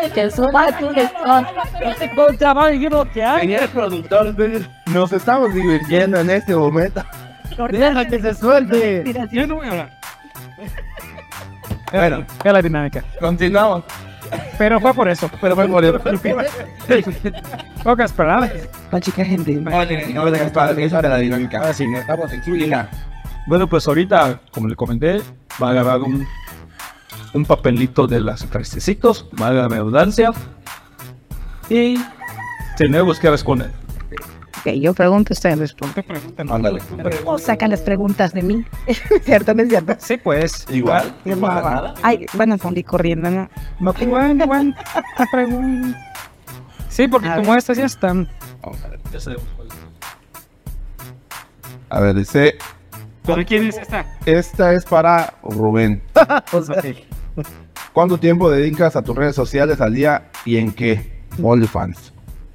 Señor productor, nos estamos divirtiendo en este momento.
Deja que se suelte.
Yo no voy a hablar.
Bueno,
Es la dinámica.
continuamos.
Pero fue por eso.
Pero fue por el...
Pocas palabras.
Pa' chica gente.
No, no, no, es hora de la dinámica. Ahora sí, estamos en su línea.
Bueno, pues ahorita, como le comenté, va a agarrar un, un papelito de las frasecitos, valga la redundancia, y tenemos que responder.
Ok, yo pregunto, usted responde.
Ándale.
O sacan las preguntas de mí. ¿Cierto? ¿No es cierto?
Sí, pues.
Igual.
Ay, van a salir corriendo, ¿no?
No, igual, igual. La pregunta. Sí, porque
A
como
ver.
estas ya están.
Ya sabemos cuál.
A ver, dice,
¿Pero quién es esta?
esta es para Rubén.
O sea,
¿Cuánto tiempo dedicas a tus redes sociales al día y en qué? OnlyFans.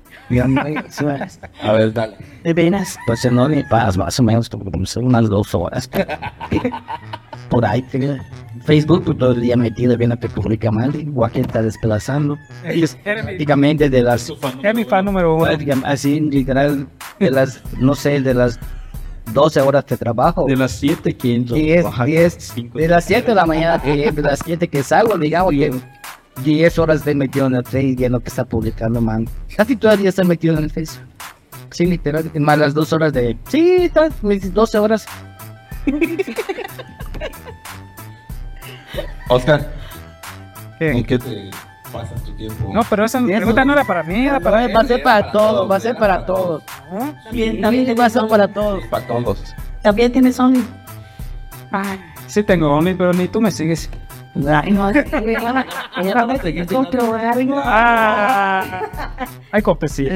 A ver, dale.
De veras.
pues no me pagas más o menos como son unas dos horas. Por ahí, que- Facebook pues, todo el día metido viendo que publica mal, igual que está desplazando.
Eres mi,
Prácticamente de las,
eres mi fan número uno.
prácticamente, así literal, de las, no sé, de las doce horas de trabajo.
De las siete que entro.
diez,
bajar
diez,
cinco.
de las siete de la mañana, que, de las siete que salgo, digamos, que diez horas de metido en el Facebook viendo que está publicando, man. Casi todo el día está metido en el Facebook. Sí, literal, más las dos horas de... Sí, tal, mis doce horas.
Oscar, ¿en
¿Qué?
qué te pasas tu tiempo?
No, pero esa
Eso.
pregunta no era para mí, era para
Va a ser para todos, va a ser para todos.
También, también
Va a ser para todos.
Para todos.
También tienes Only.
Ay, sí tengo Only, pero ni tú me sigues.
Ay, no, es que- otro, algo.
Ah, hay cortesía.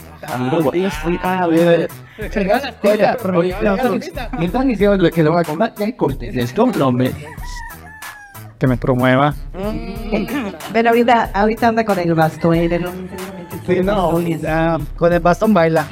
Me están diciendo que lo voy a comprar, ya hay cortes. Esto no me...
Que me promueva.
Pero ahorita, ahorita anda con el bastón. ¿eh?
Sí, no, ah, con el bastón baila.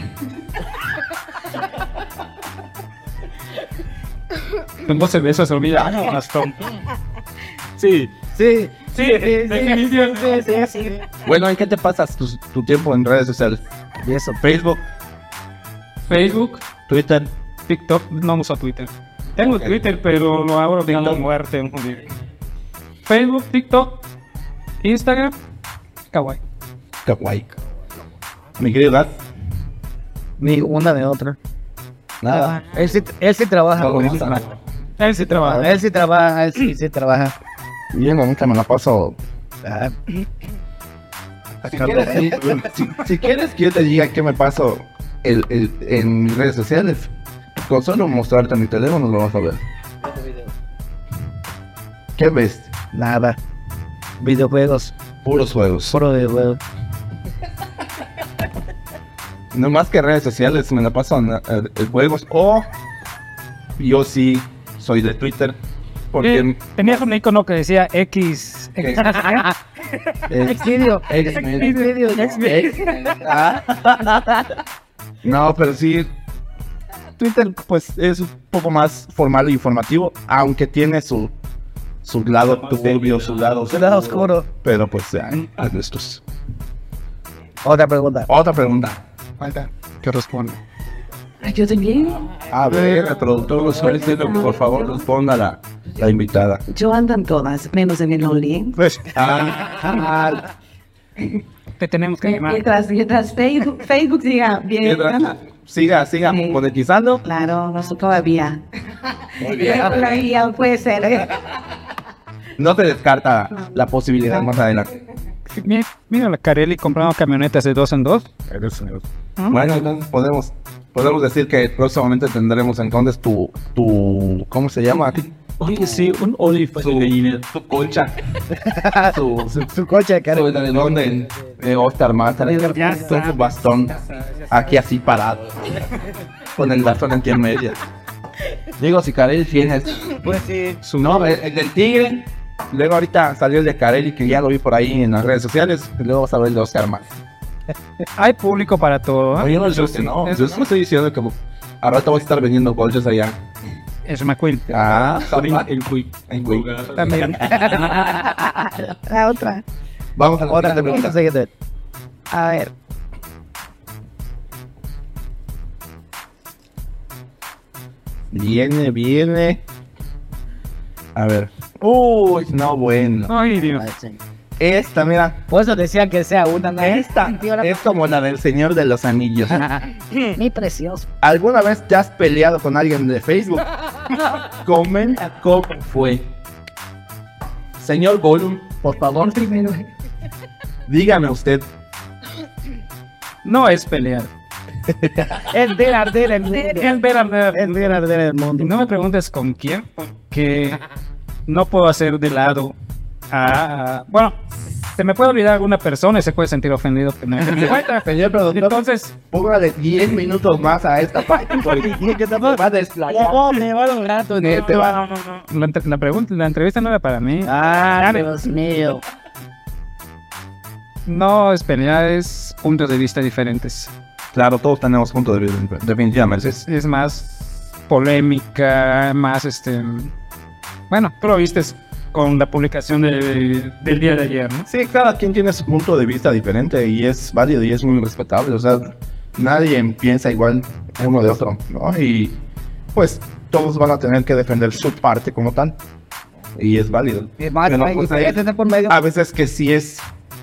Con doce besos se olvida. Bastón. Sí.
Sí,
Sí,
sí, sí,
definición.
sí, sí, sí.
Bueno, ¿en qué te pasas tu, tu tiempo en redes sociales?
Y eso,
Facebook,
Facebook,
Twitter.
TikTok, no uso Twitter. Tengo
Ok.
Twitter, pero lo abro de la muerte. Facebook, TikTok, Instagram, Kawaii.
Kawaii. Mi querido Gat.
ni una de otra. Nada. Él sí, él sí trabaja.
No,
güey.
no,
Él sí trabaja.
Él sí trabaja, él sí, sí trabaja.
Yo nunca me la paso.
Ah,
Si quieres, si, si quieres que yo te diga qué me paso el, el- en mis redes sociales, con solo mostrarte mi teléfono lo vas a ver. ¿Qué ves?
nada. Videojuegos,
Puros juegos.
puro videojuegos.
No más que redes sociales, me la paso en, en- en juegos. O yo sí soy de Twitter. Porque
Eh, Tenías un icono que decía X.
¿Qué?
Exvideos,
Xvideos.
Exvideos.
no, pero sí. Twitter, pues, es un poco más formal e informativo, aunque tiene su, su lado turbio, su lado, su lado oscuro. Pero, pues, sean estos.
Otra pregunta.
Otra pregunta. Falta.
¿Qué responde?
Ay, yo también.
A ver, el productor, los por favor, responda la, la invitada.
Yo ando en todas, menos en el Only.
Pues, ah,
Te tenemos que llamar.
Mientras, mientras Facebook, Facebook siga bien.
mientras- siga, siga
Sí.
monetizando.
Claro, no sé todavía.
Muy bien.
Todavía puede ser. ¿eh?
No se descarta la posibilidad más adelante.
Mira, mira la Carelli comprando camionetas de dos en dos.
Bueno, entonces podemos, podemos decir que próximamente tendremos entonces tu, tu, ¿cómo se llama?
Oye, sí, un OnlyFans de gallinero.
Tu colcha. su, su,
Su coche de
su
cara.
edredón de, de Oscar Master. Con su bastón aquí así parado. Con el bastón aquí en medio. Digo, si Carelli tienes.
Pues sí.
Su nombre, el del tigre. Luego ahorita salió el de Carelli, que ya lo vi por ahí en las redes sociales. Y luego salió el de Oscar Master.
Hay público para todo. ¿eh?
Oye, no, yo sé, no. Yo no estoy diciendo que a rato voy a estar vendiendo colchas allá.
Es McQueen.
Ah,
El Quick.
en güey.
También.
La otra.
Vamos a la
Otra
siguiente
pregunta.
pregunta.
Siguiente.
A ver.
Viene, viene. A ver. Uy, no, bueno.
Ay, Dios.
Esta, mira.
Por eso decía que sea una. ¿no?
Esta es como la del Señor de los Anillos.
Mi precioso.
¿Alguna vez te has peleado con alguien de Facebook? Comenta cómo fue. Señor Gollum, por favor,
Primero.
dígame usted.
No es pelear.
Es ver arder el mundo.
Es ver arder.
Es ver arder el mundo.
Y no me preguntes con quién, porque no puedo hacer de lado a... a- bueno, se me puede olvidar alguna persona y se puede sentir ofendido. Que no me dé cuenta.
Señor productor,
Entonces,
póngale diez minutos más a esta parte. Porque que te va a desplayar.
Oh, me va a lograr tu
no, no, no, no. La, entre- la pregunta, la entrevista no era para mí.
Ah, Dios mío.
No es pelear, es puntos de vista diferentes.
Claro, todos tenemos puntos de vista, definitivamente.
Es, es más polémica, más este... Bueno, tú lo viste con la publicación de- del día de ayer, ¿no?
Sí, cada quien tiene su punto de vista diferente y es válido y es muy respetable. O sea, nadie piensa igual uno de otro, ¿no? Y pues todos van a tener que defender su parte como tal. Y es válido.
Y más,
Pero,
hay-
pues, hay-
hay gente por medio.
A veces que sí es,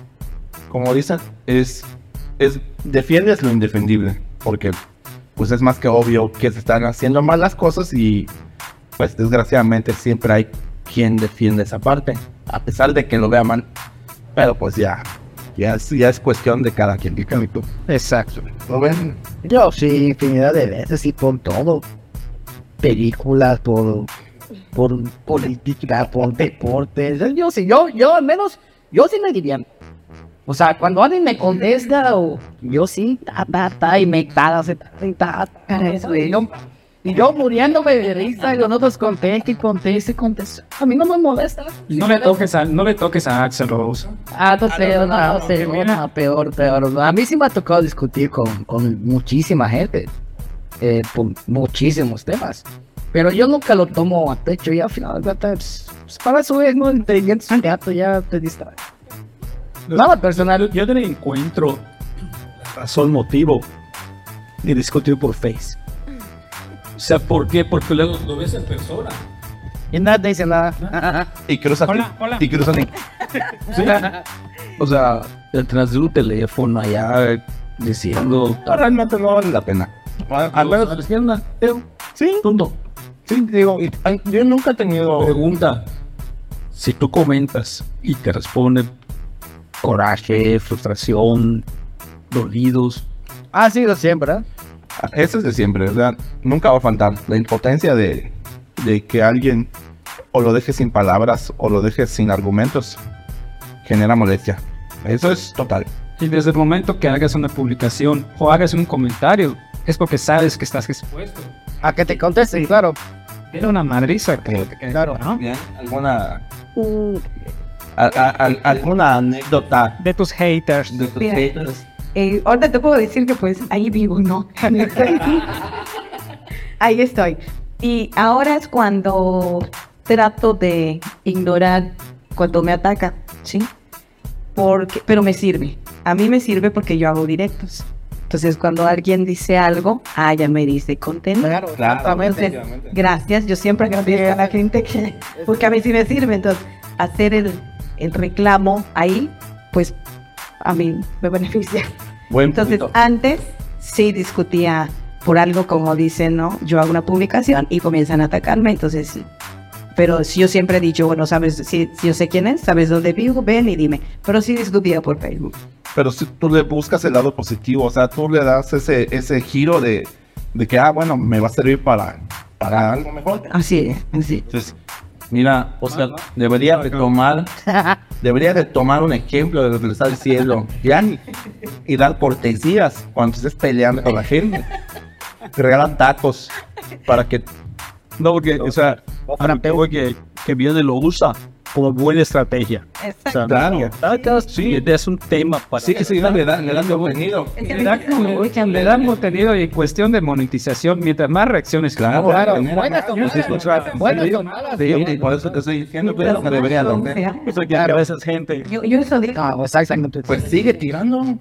como dicen, es, es defiendes lo indefendible. Porque pues es más que obvio que se están haciendo mal las cosas y pues desgraciadamente siempre hay quien defiende esa parte, a pesar de que lo vea mal. Pero pues ya, ya es, ya es cuestión de cada quien.
Exacto.
¿Lo ven?
Yo sí, infinidad de veces y por todo. Películas, por, por política, por deportes. Yo sí, yo, yo al menos, yo sí me divierto. O sea, cuando alguien me contesta, o yo sí, ta, ta, ta, y me ta, ta, ta, ta, eso, y yo, y yo muriéndome de risa, y los otros conteste y conteste y conteste. A mí no me molesta.
No le toques a, no le toques a Axel Rose.
Ah, no sé, no, no sé, no, peor, peor. A mí sí me ha tocado discutir con, con muchísima gente, eh, por muchísimos temas. Pero yo nunca lo tomo a pecho y al final de cuentas, pues, para eso es, ¿no? Inteligente, gato, ya te distrae. Nada personal.
Yo no encuentro razón, motivo de discutir por Face. O sea, ¿por qué? Porque luego lo ves en persona.
Y nada te dice nada.
Y cruzan.
Hola, hola.
Y cruzan.
¿Sí? O sea, detrás de un teléfono allá diciendo...
No, realmente no vale la pena. Al menos,
izquierda,
sí,
tonto.
sí, digo, y- ay, yo nunca he tenido.
Pregunta, si tú comentas y te responden coraje, frustración, dolidos,
Ha sido siempre, ¿eh?
Eso es de siempre, o sea, nunca va a faltar la impotencia de, de que alguien o lo deje sin palabras o lo deje sin argumentos, genera molestia. Eso es total.
Y desde el momento que hagas una publicación o hagas un comentario, es porque sabes que estás expuesto.
A que te contesten, claro.
Era una madriza que, que-
Claro.
¿no?
Bien, ¿Alguna, a- a- a- alguna anécdota
De tus haters.
de tus
Mira.
haters?
Eh, ahorita te puedo decir que pues ahí vivo, ¿no? Ahí estoy. Y ahora es cuando trato de ignorar cuando me atacan, ¿sí? Porque, pero me sirve. A mí me sirve porque yo hago directos. Entonces, cuando alguien dice algo, ah, ya me dice contenido.
Claro,
Entonces, gracias. Yo siempre agradezco a la gente que, porque a mí sí me sirve. Entonces, hacer el, el reclamo ahí, pues, a mí me beneficia.
Buen
Entonces,
punto.
antes sí discutía por algo, como dicen, ¿no? Yo hago una publicación y comienzan a atacarme, entonces sí. Pero sí, yo siempre he dicho, bueno, sabes, si, si yo sé quién es, sabes dónde vivo, ven y dime. Pero sí discutía por Facebook.
Pero si tú le buscas el lado positivo, o sea, tú le das ese, ese giro de, de que, ah, bueno, me va a servir para, para algo mejor.
Así es, así.
Entonces, mira, Oscar, debería de tomar, debería de tomar un ejemplo de lo que le está diciendo Gianni y dar cortesías cuando estés peleando con la gente. Te regalan tacos para que...
No, porque, o sea, ahora tengo que, que viene lo usa como buena estrategia. O sea,
Claro.
sí, es un tema para...
Sí, sí, le dan, le dan contenido.
Le dan, le dan contenido y cuestión de monetización, mientras más reacciones.
Claro,
Claro,
genera
buenas
más.
tomadas,
Sí, sí, sí.
buenas
Sí,
tomadas.
sí, sí, por eso te estoy diciendo que es lo que debería hacer.
Eso que a veces gente...
Yo, yo eso digo.
No, exactamente.
Pues sigue tirando.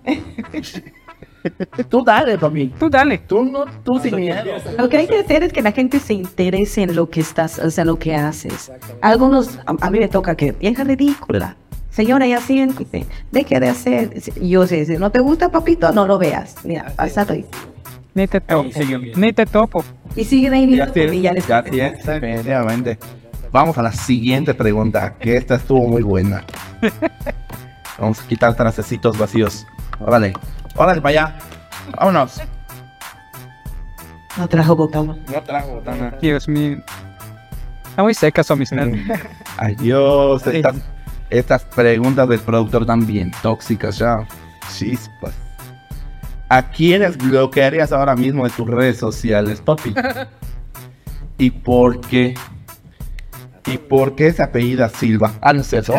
Tú dale, papi.
Tú dale.
Tú no, tú sin miedo.
Lo que hay que hacer es que la gente se interese en lo que estás, o sea, lo que haces. Algunos, a, a mí me toca que, vieja ridícula. Señora, ya siéntese, deje de hacer. Y yo sé, si no te gusta, papito, no lo veas. Mira, pásalo ahí.
Ni te topo. Ni te topo.
Y sigue ahí
Ya
viendo y ya les
tienes, ya tienes, efectivamente. Vamos a la siguiente pregunta, que esta estuvo muy buena. Vamos a quitar trastecitos vacíos. Órale, órale para allá. Vámonos.
No trajo botón.
No trajo botana.
Dios mío. Está muy seca su amistad.
Adiós. Estas, estas preguntas del productor están bien tóxicas ya. Chispas. ¿A quiénes bloquearías ahora mismo de tus redes sociales, papi? ¿Y por qué? ¿Y por qué se apellida Silva? Ah, no es eso.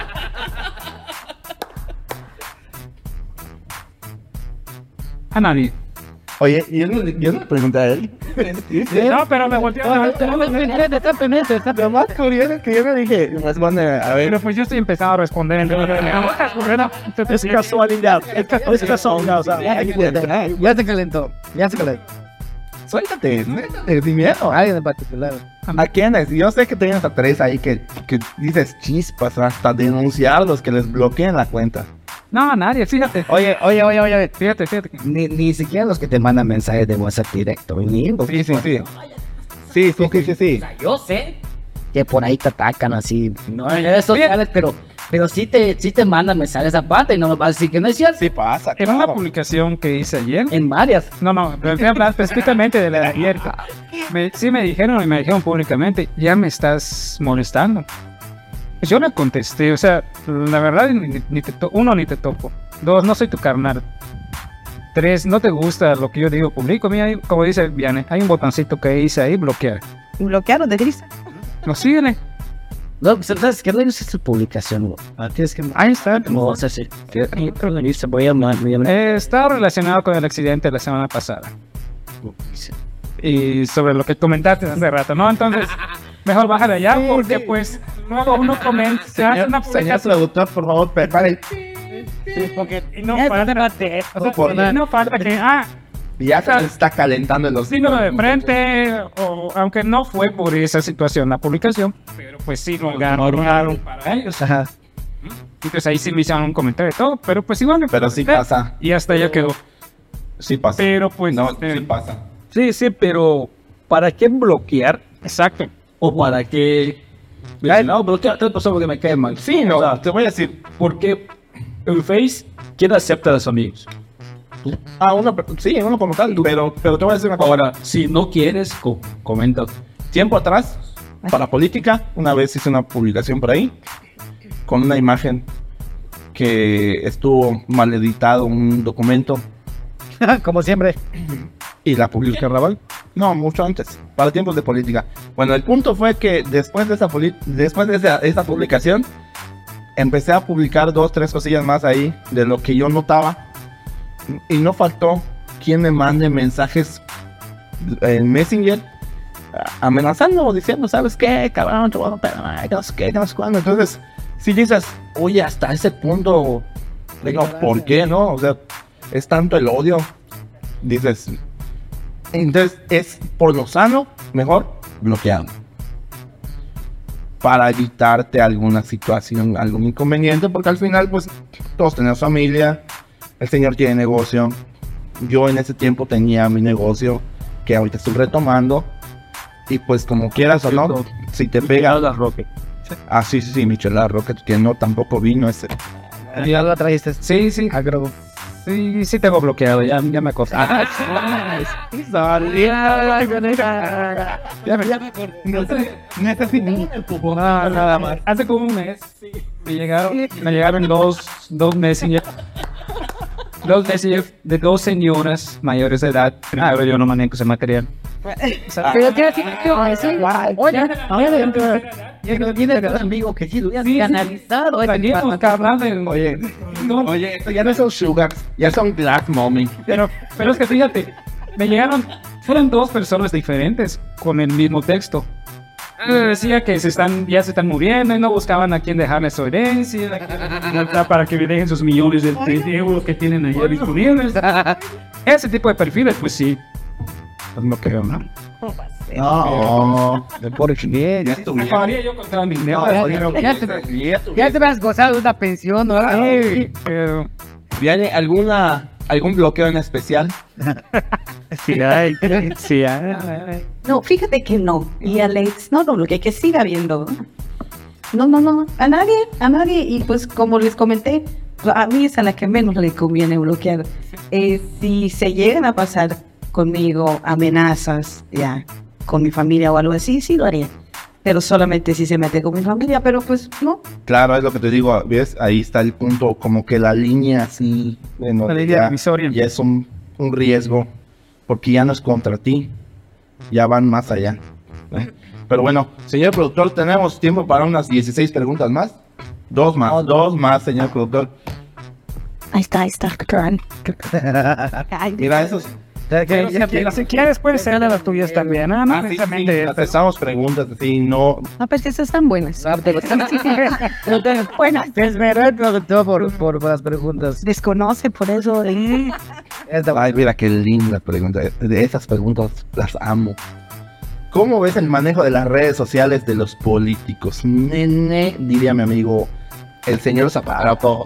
A nadie.
Oye, yo no, yo no le pregunté a él.
No, pero me volteó a ver.
Lo más curioso es que yo me dije, responde, a ver.
Pero pues yo estoy empezando a responder.
Es casualidad. Es ca- es casualidad. O sea,
Ya, ya, ya se calentó. Ya se calentó.
Suéltate, suéltate, sin miedo.
Alguien en particular.
¿A quiénes? Yo sé que tienes a tres ahí que, que dices chispas, hasta denunciarlos, que les bloqueen la cuenta.
No, a nadie, fíjate.
Oye, oye, oye, oye.
Fíjate, fíjate.
Ni, ni siquiera los que te mandan mensajes de WhatsApp directo. Ni inbox.
Sí, sí, sí. Sí, sí, sí, sí, sí.
Yo sé que por ahí te atacan así. No en redes sociales, pero, pero sí te, sí te mandan mensajes aparte y no me vas a decir que no es cierto.
Sí pasa,
En una
claro.
publicación que hice ayer.
En varias.
No, no, pero voy a hablar específicamente de la de ayer. Me, sí me dijeron y me dijeron públicamente, ya me estás molestando. Yo le contesté, o sea, la verdad, ni, ni te to- uno, ni te topo. Dos, no soy tu carnal. Tres, no te gusta lo que yo digo público. Mira, ahí, como dice Viane, hay un botoncito que dice ahí, bloquear.
Bloquearon de gris.
No síguele.
No, ¿sabes qué? No es su publicación, güey. Ah, tienes que...
Ahí está.
No, o sea, sí. Sí, pero no dice, voy a llamar, voy a llamar.
Eh, está relacionado con el accidente de la semana pasada. Y sobre lo que comentaste hace rato, ¿no? Entonces, mejor bájale allá porque pues luego uno comenta, se hace una
Señor
publicación
productor, por favor, prepare.
y no falta, o sea,
por-
no falta que, ah,
Ya se les está calentando en los...
síguelo de frente, o aunque no fue por esa situación la publicación, pero pues sí lo agarraron para ellos.
Ajá.
Entonces ahí sí me hicieron un comentario y todo, pero pues igual me
Pero sí
contesté,
pasa.
y hasta ya quedó.
Sí pasa.
Pero pues,
No,
este,
sí pasa.
sí, sí, pero ¿para qué bloquear?
exacto.
¿O para qué? No, bloquear a otra persona porque me cae mal.
Sí, no,
O sea,
te voy a decir.
porque el Face, ¿quién acepta a los amigos?
Ah, uno, sí, uno como tal, pero, pero te voy a decir una cosa.
Ahora, si no quieres, co- comenta.
Tiempo atrás, para política, una vez hice una publicación por ahí con una imagen que estuvo mal editado, un documento,
Como siempre.
y la publiqué Raval. No, mucho antes, para tiempos de política. Bueno, el punto fue que después de esa, poli- después de esa, esa publicación, empecé a publicar dos, tres cosillas más ahí de lo que yo notaba. Y no faltó quien me mande mensajes en Messenger amenazando o diciendo, ¿sabes qué? Cabrón, te voy a pegar, que no sé qué, que no sé cuándo. Entonces, si dices, oye, hasta ese punto, digo, ¿por qué no? O sea, es tanto el odio. Dices, entonces es por lo sano, mejor bloqueado. Para evitarte alguna situación, algún inconveniente, porque al final, pues, todos tenemos familia, el señor tiene negocio. Yo en ese tiempo tenía mi negocio, que ahorita estoy retomando. Y pues como quieras o no, si te pega
la Rocket.
Ah, sí, sí, sí, Michelada Rocket, que no tampoco vino ese.
¿Ya lo trajiste?
Sí, sí.
Agro.
Sí, sí tengo bloqueado, ya, ya me acordé.
Ah, ya me ya me acordé.
No, nada más. Hace como un mes me llegaron, me llegaron dos, dos Messenger. Dos Messenger de dos señoras mayores de edad. Ah, pero yo no manejo ese material.
Pero tiene que ser igual. Oye, oye, no tiene un amigo que sí lo había analizado.
Oye,
oye, esto ya no son sugars, ya son black mommy.
Pero, pero es que fíjate, me llegaron, fueron dos personas diferentes con el mismo texto. Decía que se están, ya se están muriendo y no buscaban a quién dejarle su herencia para que le dejen sus millones de, de euros que tienen ahí disponibles. Ese tipo de perfiles, pues sí. Pues no creo, ¿no?
No, de por bien, ya estuve.
Acabaría yo con toda mi dinero.
Ya te, ya te has gozado de una pensión, ¿no?
Sí, pero...
¿Viene alguna, algún bloqueo en especial?
Sí, hay, sí, hay.
No, fíjate que no. Y Alex, no, no, lo que, que siga viendo. No, no, no, a nadie, a nadie. Y pues como les comenté, a mí es a la que menos le conviene bloquear. Eh, si se llegan a pasar conmigo amenazas, ya, con mi familia o algo así, sí lo haría. Pero solamente si se mete con mi familia, pero pues no.
Claro, es lo que te digo, ¿ves? Ahí está el punto, como que la línea así, bueno,
La línea
ya,
divisoria.
ya es un, un riesgo, porque ya no es contra ti, ya van más allá. ¿eh? Pero bueno, señor productor, tenemos tiempo para unas dieciséis preguntas más. Dos más, oh, dos más, señor productor.
Ahí está, ahí está, Karen.
Mira esos.
Que, si, quieres, si quieres, puede ser de las tuyas también. Ah, no,
ah, sí, sí, empezamos preguntas así, no.
No, pero esas están buenas.
Buenas. Es verdad, productor, por, por las preguntas.
Desconoce, por eso. Eh.
Ay, mira qué linda pregunta. De esas preguntas las amo. ¿Cómo ves el manejo de las redes sociales de los políticos? Nene, diría mi amigo, el señor Zaparato.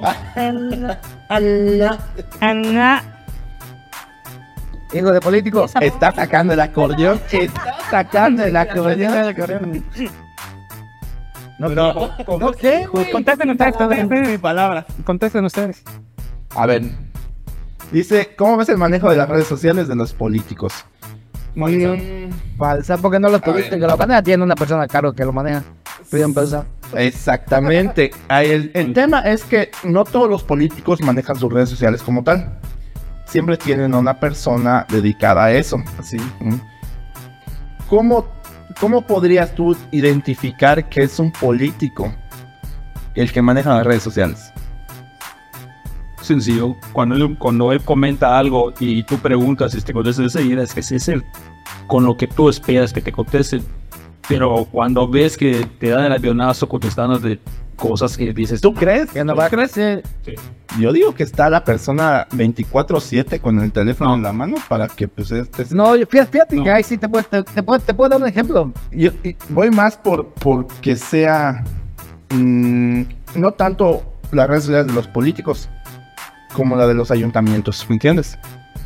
Hijo de político,
está sacando el acordeón. Está sacando el acordeón.
No, no, no sé.
Contesten ustedes.
Mi palabra.
Contesten ustedes.
A ver, dice, ¿cómo ves el manejo de las redes sociales de los políticos?
Muy bien. Falsa, porque no lo tuviste, que lo maneja, tiene una persona caro que lo maneja. Bien pensado.
Exactamente. El, el tema es que no todos los políticos manejan sus redes sociales como tal. Siempre tienen una persona dedicada a eso. ¿Sí? ¿Cómo, ¿Cómo podrías tú identificar que es un político el que maneja las redes sociales?
Sencillo, cuando él, cuando él comenta algo y tú preguntas y te contestas enseguida, es que ese es él, con lo que tú esperas que te contesten. Pero cuando ves que te dan el avionazo contestando de cosas que dices,
¿tú crees?
Que no va a crecer.
Sí.
Yo digo que está la persona veinticuatro siete con el teléfono no. en la mano para que pues este...
No, fíjate, fíjate
no.
que ahí sí te puedo, te, te, puedo, te puedo dar un ejemplo.
Yo voy más por, por que sea mmm, no tanto las redes sociales de los políticos como la de los ayuntamientos, ¿me entiendes?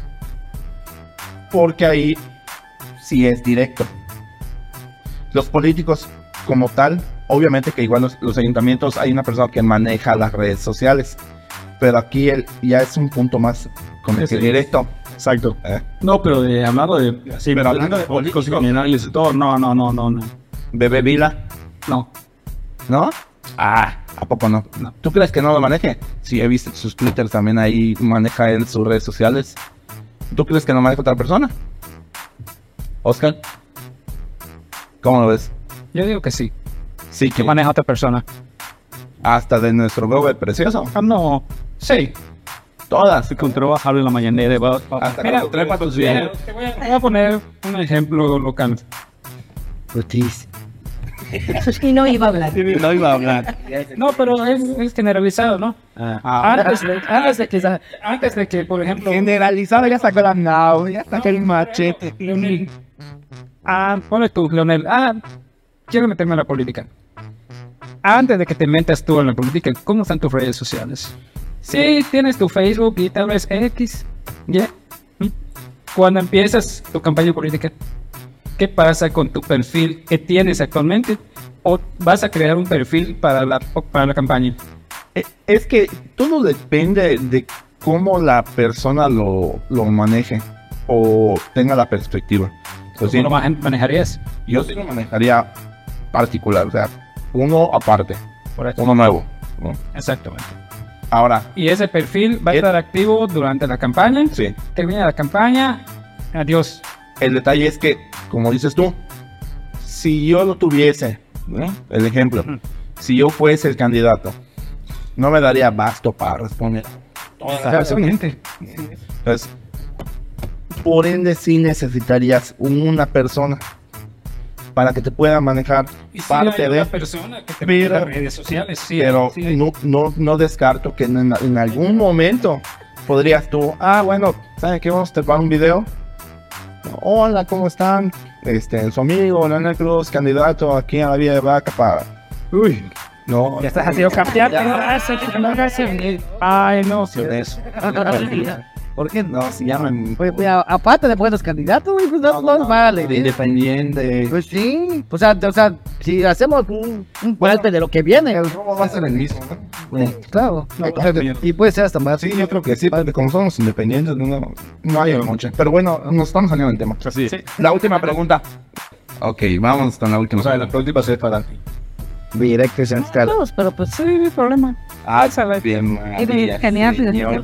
Porque ahí sí es directo. Los políticos como tal, obviamente que igual los, los ayuntamientos hay una persona que maneja las redes sociales, pero aquí el, ya es un punto más como que directo.
Exacto.
¿Eh?
No, pero de hablando de, sí,
pero
hablando de políticos criminales y todo, no, no, no, no, no.
Bebé Vila,
no,
¿no? Ah, ¿a poco no? no? ¿Tú crees que no lo maneje? Sí, he visto sus Twitter también ahí, maneja él sus redes sociales. ¿Tú crees que no maneja otra persona? Oscar, ¿cómo lo ves?
Yo digo que sí.
Sí,
que maneja otra persona.
Hasta de nuestro Google precioso.
Ah, no, sí.
Todas.
Se encontró bajarlo en la mañanera. y va- va-
Hasta
Mira,
cuando trae patos
mira,
bien.
te voy, a, te voy a poner un ejemplo local.
Frutis.
Y no iba a hablar.
No iba a hablar.
No, pero es, es generalizado, ¿no?
Ah.
Antes, de, antes, de que, antes de que, por ejemplo...
Generalizado, ya sacó la nao, ya sacó el machete.
Leonel. Ah, ponle tú, Leonel. Ah, quiero meterme en la política. Antes de que te metas tú en la política, ¿cómo están tus redes sociales? Sí, tienes tu Facebook y tal vez X. ¿Ya? ¿Mm? Cuando empiezas tu campaña política, ¿qué pasa con tu perfil que tienes actualmente? ¿O vas a crear un perfil para la, para la campaña?
Eh, Es que todo depende de cómo la persona lo, lo maneje o tenga la perspectiva. Pues sí,
¿Cómo lo mane- manejarías?
yo sí lo manejaría particular, o sea, uno aparte,
Por eso.
uno nuevo, ¿no?
Exactamente.
Ahora,
Y ese perfil va a
Eh.
estar activo durante la campaña.
sí,
Termina la campaña. Adiós.
el detalle es que, como dices tú, si yo lo tuviese, ¿no? El ejemplo, si yo fuese el candidato, no me daría basto para responder.
Exactamente.
Entonces, por ende sí necesitarías una persona para que te pueda manejar
Y si
parte
hay
de...
una persona que te
Pero-
mete en redes sociales, sí,
Pero
sí hay.
no, no, no descarto que en, en algún momento podrías tú, ah, bueno, ¿saben qué? Vamos a grabar un video. Hola, ¿cómo están? Este, su amigo, Leonel Cruz, candidato aquí a la Vía de Vaca para... Uy, no.
Ya estás haciendo campeón. Ay, no, sí.
de eso. ¿Por qué no? Se llaman...
Pues, pues, a- aparte de buenos candidatos, güey, pues no, no, vale.
de independiente.
Pues sí, o sea, o sea, si hacemos un, un golpe de lo que viene,
El robo va a ser el mismo, ¿no?
claro,
No, va a ser el-
y puede ser hasta más.
Sí, yo creo que sí, porque como somos independientes, no, no hay mucho. Pero bueno, nos estamos saliendo del tema.
Sí.
La última pregunta. Ok, vamos con la última. O sea, la última es para ti.
Directo y central.
Todos, pero pues sí, no hay problema.
Ah, bien.
Y de- genial.
señor.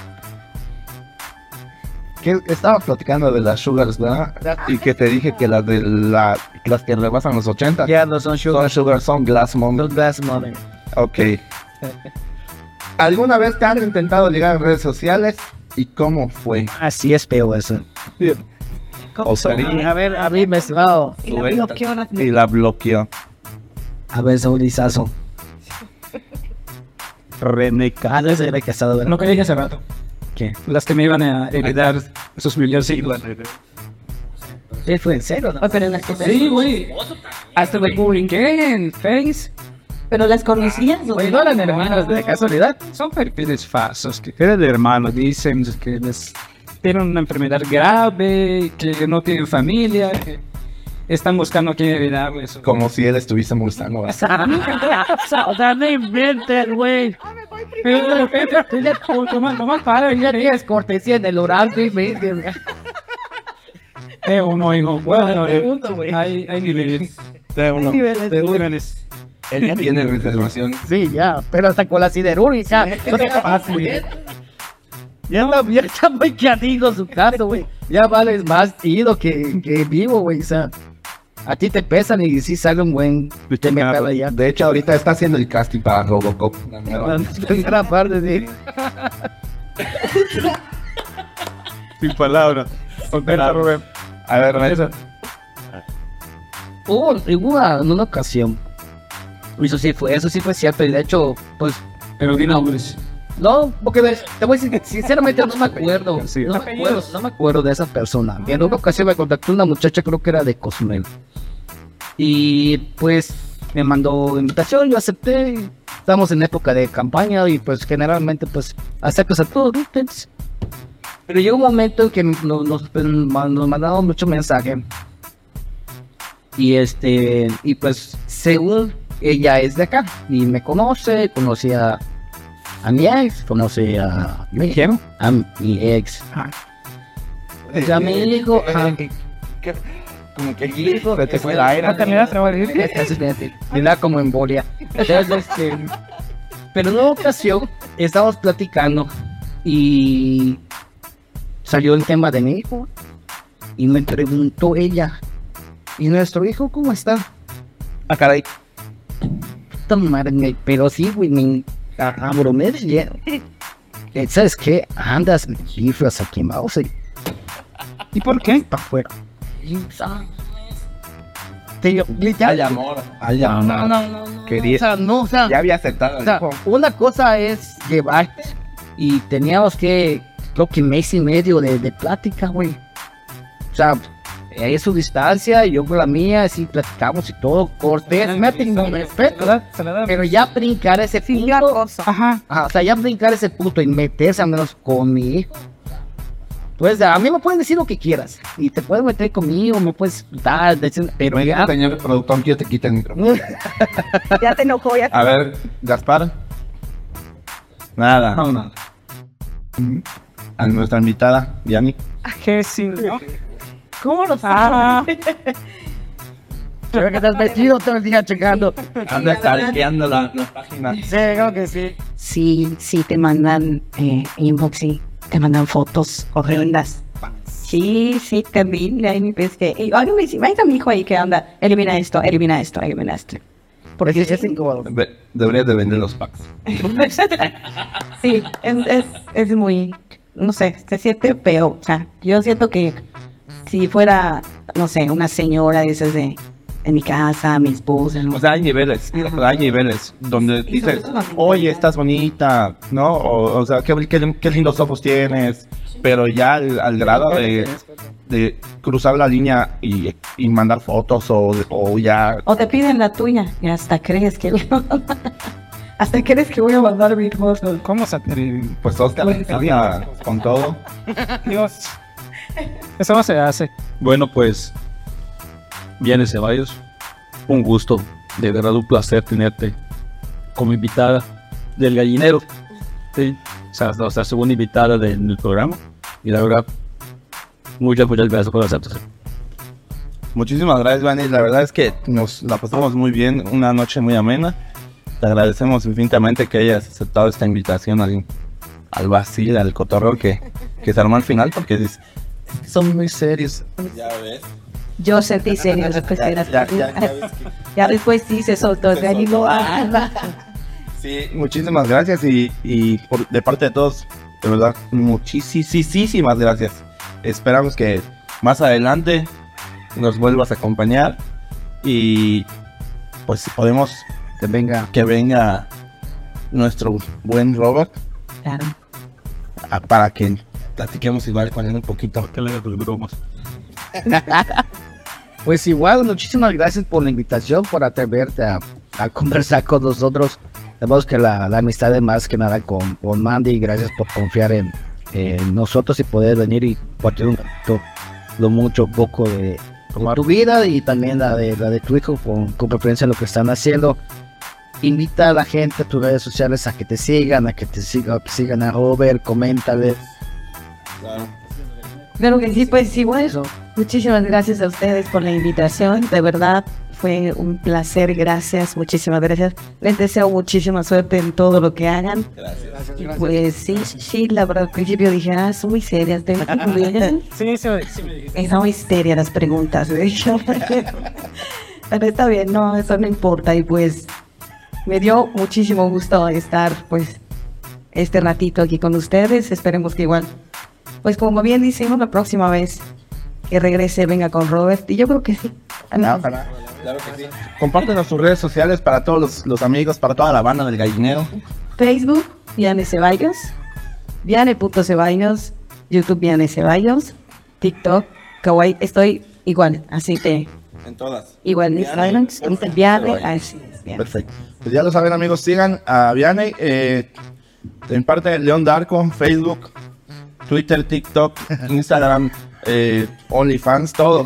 Que estaba platicando de las sugars, ¿verdad? Y que te dije que las de la, las que rebasan los ochenta
Ya no son
son
sugar,
sugars, son glass mom.
son glass money.
Ok. ¿Alguna vez te han intentado llegar a redes sociales? ¿Y cómo fue?
Así es peor eso.
O sea,
A ver, a mí me estimado.
Y la bloqueó la-
y la bloqueó.
A ver, Saulizazo. Renegado ese era casado, ¿verdad?
Lo que dije hace rato.
¿Qué?
Las que me iban a heredar esos millones. Sí,
¿Qué fue en serio? No?
Pero las
sí, güey. Hasta me publiqué en Face.
Pero las conocías,
Güey,
güey.
no eran hermanas de casualidad. Son perfiles falsos que eran de hermanos. Dicen que les tienen una enfermedad grave, que no tienen familia, que están buscando a quién heredarles.
Como si él estuviese multando.
O sea, no inventes, güey.
Pero de repente, lo más, lo más padre
Ya
es
tienes cortesía en el oral, y me dices,
que uno dijo, bueno, eh,
Pregunto, güey.
hay, hay niveles.
De uno.
niveles,
De
güey.
niveles.
Él ya tiene reservación.
Sí, ya, pero hasta con la siderúrgica. No te pasa, güey. Ya está, ya está muy canijo su caso, güey. Ya vales más ido que, que vivo, güey. O sea, a ti te pesan y sí sale un buen te me pega ya.
De hecho, ahorita está haciendo el casting para Robocop. la nueva.
Gran parte, sí.
Sin palabras. Contenta, Rubén.
A ver, René.
Hubo hubo una, en una ocasión. Eso sí fue, eso sí fue cierto. Y de hecho, pues,
Pero di nombres.
no, porque ves, te voy a decir que sinceramente no me acuerdo.
Sí.
No me acuerdo, no me acuerdo de esa persona. En una ocasión me contactó una muchacha, creo que era de Cozumel. Y pues me mandó invitación, yo acepté. Estamos en época de campaña y pues generalmente pues aceptas a todos, ¿no? Entonces, pero llegó un momento en que nos, nos, nos mandaron mucho mensaje. Y este, y pues según ella es de acá y me conoce, conoce a, a mi ex, conoce a mi, a mi ex. Ya me dijo, ah,
Como que aquí se te fue el aire.
me da como embolia. Entonces, este, pero en una ocasión estábamos platicando y salió el tema de mi hijo y me preguntó ella, ¿y nuestro hijo cómo está?
Ah, caray.
Puta madre, me- pero sí, güey, me abromé de lleno. eh, ¿sabes qué? Andas cifras aquí, mouse.
¿Y por qué?
Para afuera. Te digo, ya,
Hay amor, hay amor.
no, no, no, no.
Quería-
O sea, no, o sea,
Ya había aceptado.
o sea, una cosa es llevar y teníamos que, creo que mes y medio de, de plática, güey. O sea, ella es su distancia, yo con la mía, así platicamos y todo, cortés, me tengo respeto, pero ya brincar ese punto,
Ajá.
ajá, o sea, ya brincar ese punto y meterse al menos con mi hijo. Pues a mí me puedes decir lo que quieras, y te puedes meter conmigo, me puedes dar, decir, pero ya,
señor productor, que yo te quite el micrófono.
Ya te enojó, ya.
A ver, Gaspar. Nada.
No, no.
A nuestra invitada, Yanni.
¿Qué sí? ¿No?
¿Cómo lo
Ah,
sabes?
creo que estás metido todo el día checando.
Anda stalkeando la, la página.
Sí, creo que sí.
Sí, sí, te mandan eh, inbox, sí, te mandan fotos horrendas. Sí, sí, terrible. Ahí ves que, y, ay, me dice, vaya mi hijo ahí que anda, elimina esto, elimina esto, elimina esto.
Porque es incómodo.
De- deberías de vender los packs.
Sí, es, es, es muy, no sé, se siente feo. O sea, yo siento que si fuera, no sé, una señora de esas de, en mi casa, mi esposa, ¿no?
O sea, hay niveles, hay niveles donde dices, oye, estás bonita, ¿no? O, o sea, qué, qué, qué lindos ojos tienes, pero ya al, al grado de, de cruzar la línea y, y mandar fotos o, o ya...
O te piden la tuya y hasta crees que hasta crees que voy a mandar mi foto.
¿cómo se atreven?
Pues Oscar anda con todo.
Dios. Eso no se hace.
Bueno, pues, Viane Ceballos, un gusto, de verdad un placer tenerte como invitada del Gallinero. Sí, o sea, o sea, segunda invitada del, del programa. Y la verdad, muchas, muchas gracias por aceptarse.
Muchísimas gracias, Vani. La verdad es que nos la pasamos muy bien, una noche muy amena. Te agradecemos infinitamente que hayas aceptado esta invitación al, al vacil, al cotorreo que, que se armó al final, porque dices,
Son muy serios.
ya ves.
Yo sentí serio después de la
Ya, ya, ya ves que-
ya después sí se soltó,
Se
ya ni
soltó.
lo haga.
Sí, muchísimas gracias y, y por- de parte de todos, de verdad, muchísimas gracias. Esperamos que más adelante nos vuelvas a acompañar y pues si podemos
Que venga.
que venga nuestro buen Robert
Claro.
a- para que platiquemos igual con él un poquito.
Que le hagas tus bromas.
Pues igual, muchísimas gracias por la invitación, por atreverte a, a conversar con nosotros. Sabemos que la, la amistad es más que nada con, con Mandy y gracias por confiar en, en nosotros y poder venir y compartir un poquito, lo mucho poco de, de tu vida y también la de, la de tu hijo con, con referencia a lo que están haciendo. Invita a la gente a tus redes sociales a que te sigan, a que te sigan, que sigan a Robert, coméntales.
Claro que sí, pues igual.
Eso.
Muchísimas gracias a ustedes por la invitación. De verdad, fue un placer. Gracias, muchísimas gracias. Les deseo muchísima suerte en todo lo que hagan. Y pues sí, sí, la verdad, al principio dije, ah, son muy serias. ¿Te imaginas?
Sí, sí, sí me dijiste.
Son muy serias las preguntas. de hecho. Pero está bien, no, eso no importa. Y pues me dio muchísimo gusto estar, pues, este ratito aquí con ustedes. Esperemos que igual, pues como bien decimos, la próxima vez que regrese venga con Robert. Y yo creo que sí.
Claro que sí. Compártenos sus redes sociales para todos los, los amigos, para toda la banda del Gallinero.
Facebook, Viane Ceballos. Viane.Ceballos. YouTube, Viane Ceballos. TikTok, Kawaii. Estoy igual, así que
En todas.
igual.
Viane.
Instagram, Viane, así es, Viane.
Perfecto. Pues ya lo saben, amigos, sigan a Viane. Eh, en parte de León Darko, Facebook, Twitter, TikTok, Instagram, eh, OnlyFans, todo.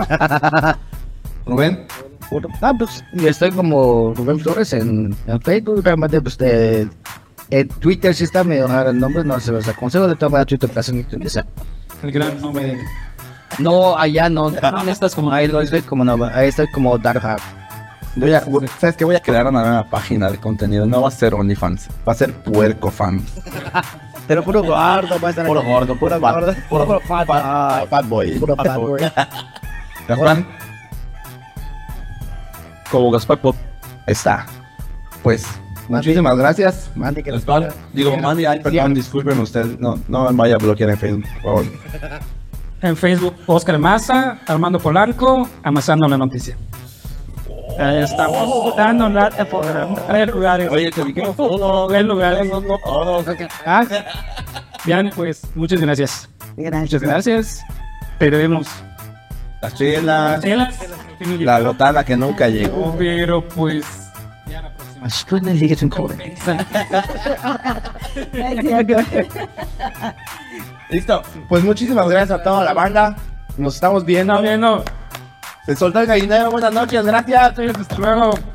Rubén.
Ah, pues y estoy como Rubén Flores en, en Facebook, realmente pues de, en Twitter sí está medio raro el nombre, no se los aconsejo de tomar Twitter para hacer utilizar.
El gran nombre.
No, allá no, no estás como ahí, no estoy como no, ahí estoy como Dark Hub.
Voy a, ¿sabes qué? Voy a crear una nueva página de contenido. No va a ser OnlyFans, va a ser Puerco Fan.
Pero puro gordo, va a estar
Puro gordo, puro gordo, puro, puro fat, fat, fat boy.
puro fat boy.
Juan,
Como Gaspar Pop.
está. Pues Muchísimas gracias.
Mandy, que nos
Vale. Digo, Mandy, ay, perdón, disculpen ustedes. No, no me vaya a bloquear en Facebook, por favor.
En Facebook, Oscar Maza, Armando Polanco, Amasando la Noticia. Ahí estamos dando lata por tres lugares.
Oye, te micrófono.
Tres lugares. Ah, bien, pues, muchas gracias.
Gracias.
Muchas gracias. Tenemos
Las chelas,
chelas.
la lotada que nunca llegó.
Pero pues.
Listo. Pues muchísimas gracias a toda la banda. Nos estamos viendo.
No, bien, no.
Se soltó el gallinero. Buenas noches, gracias.
Hasta luego.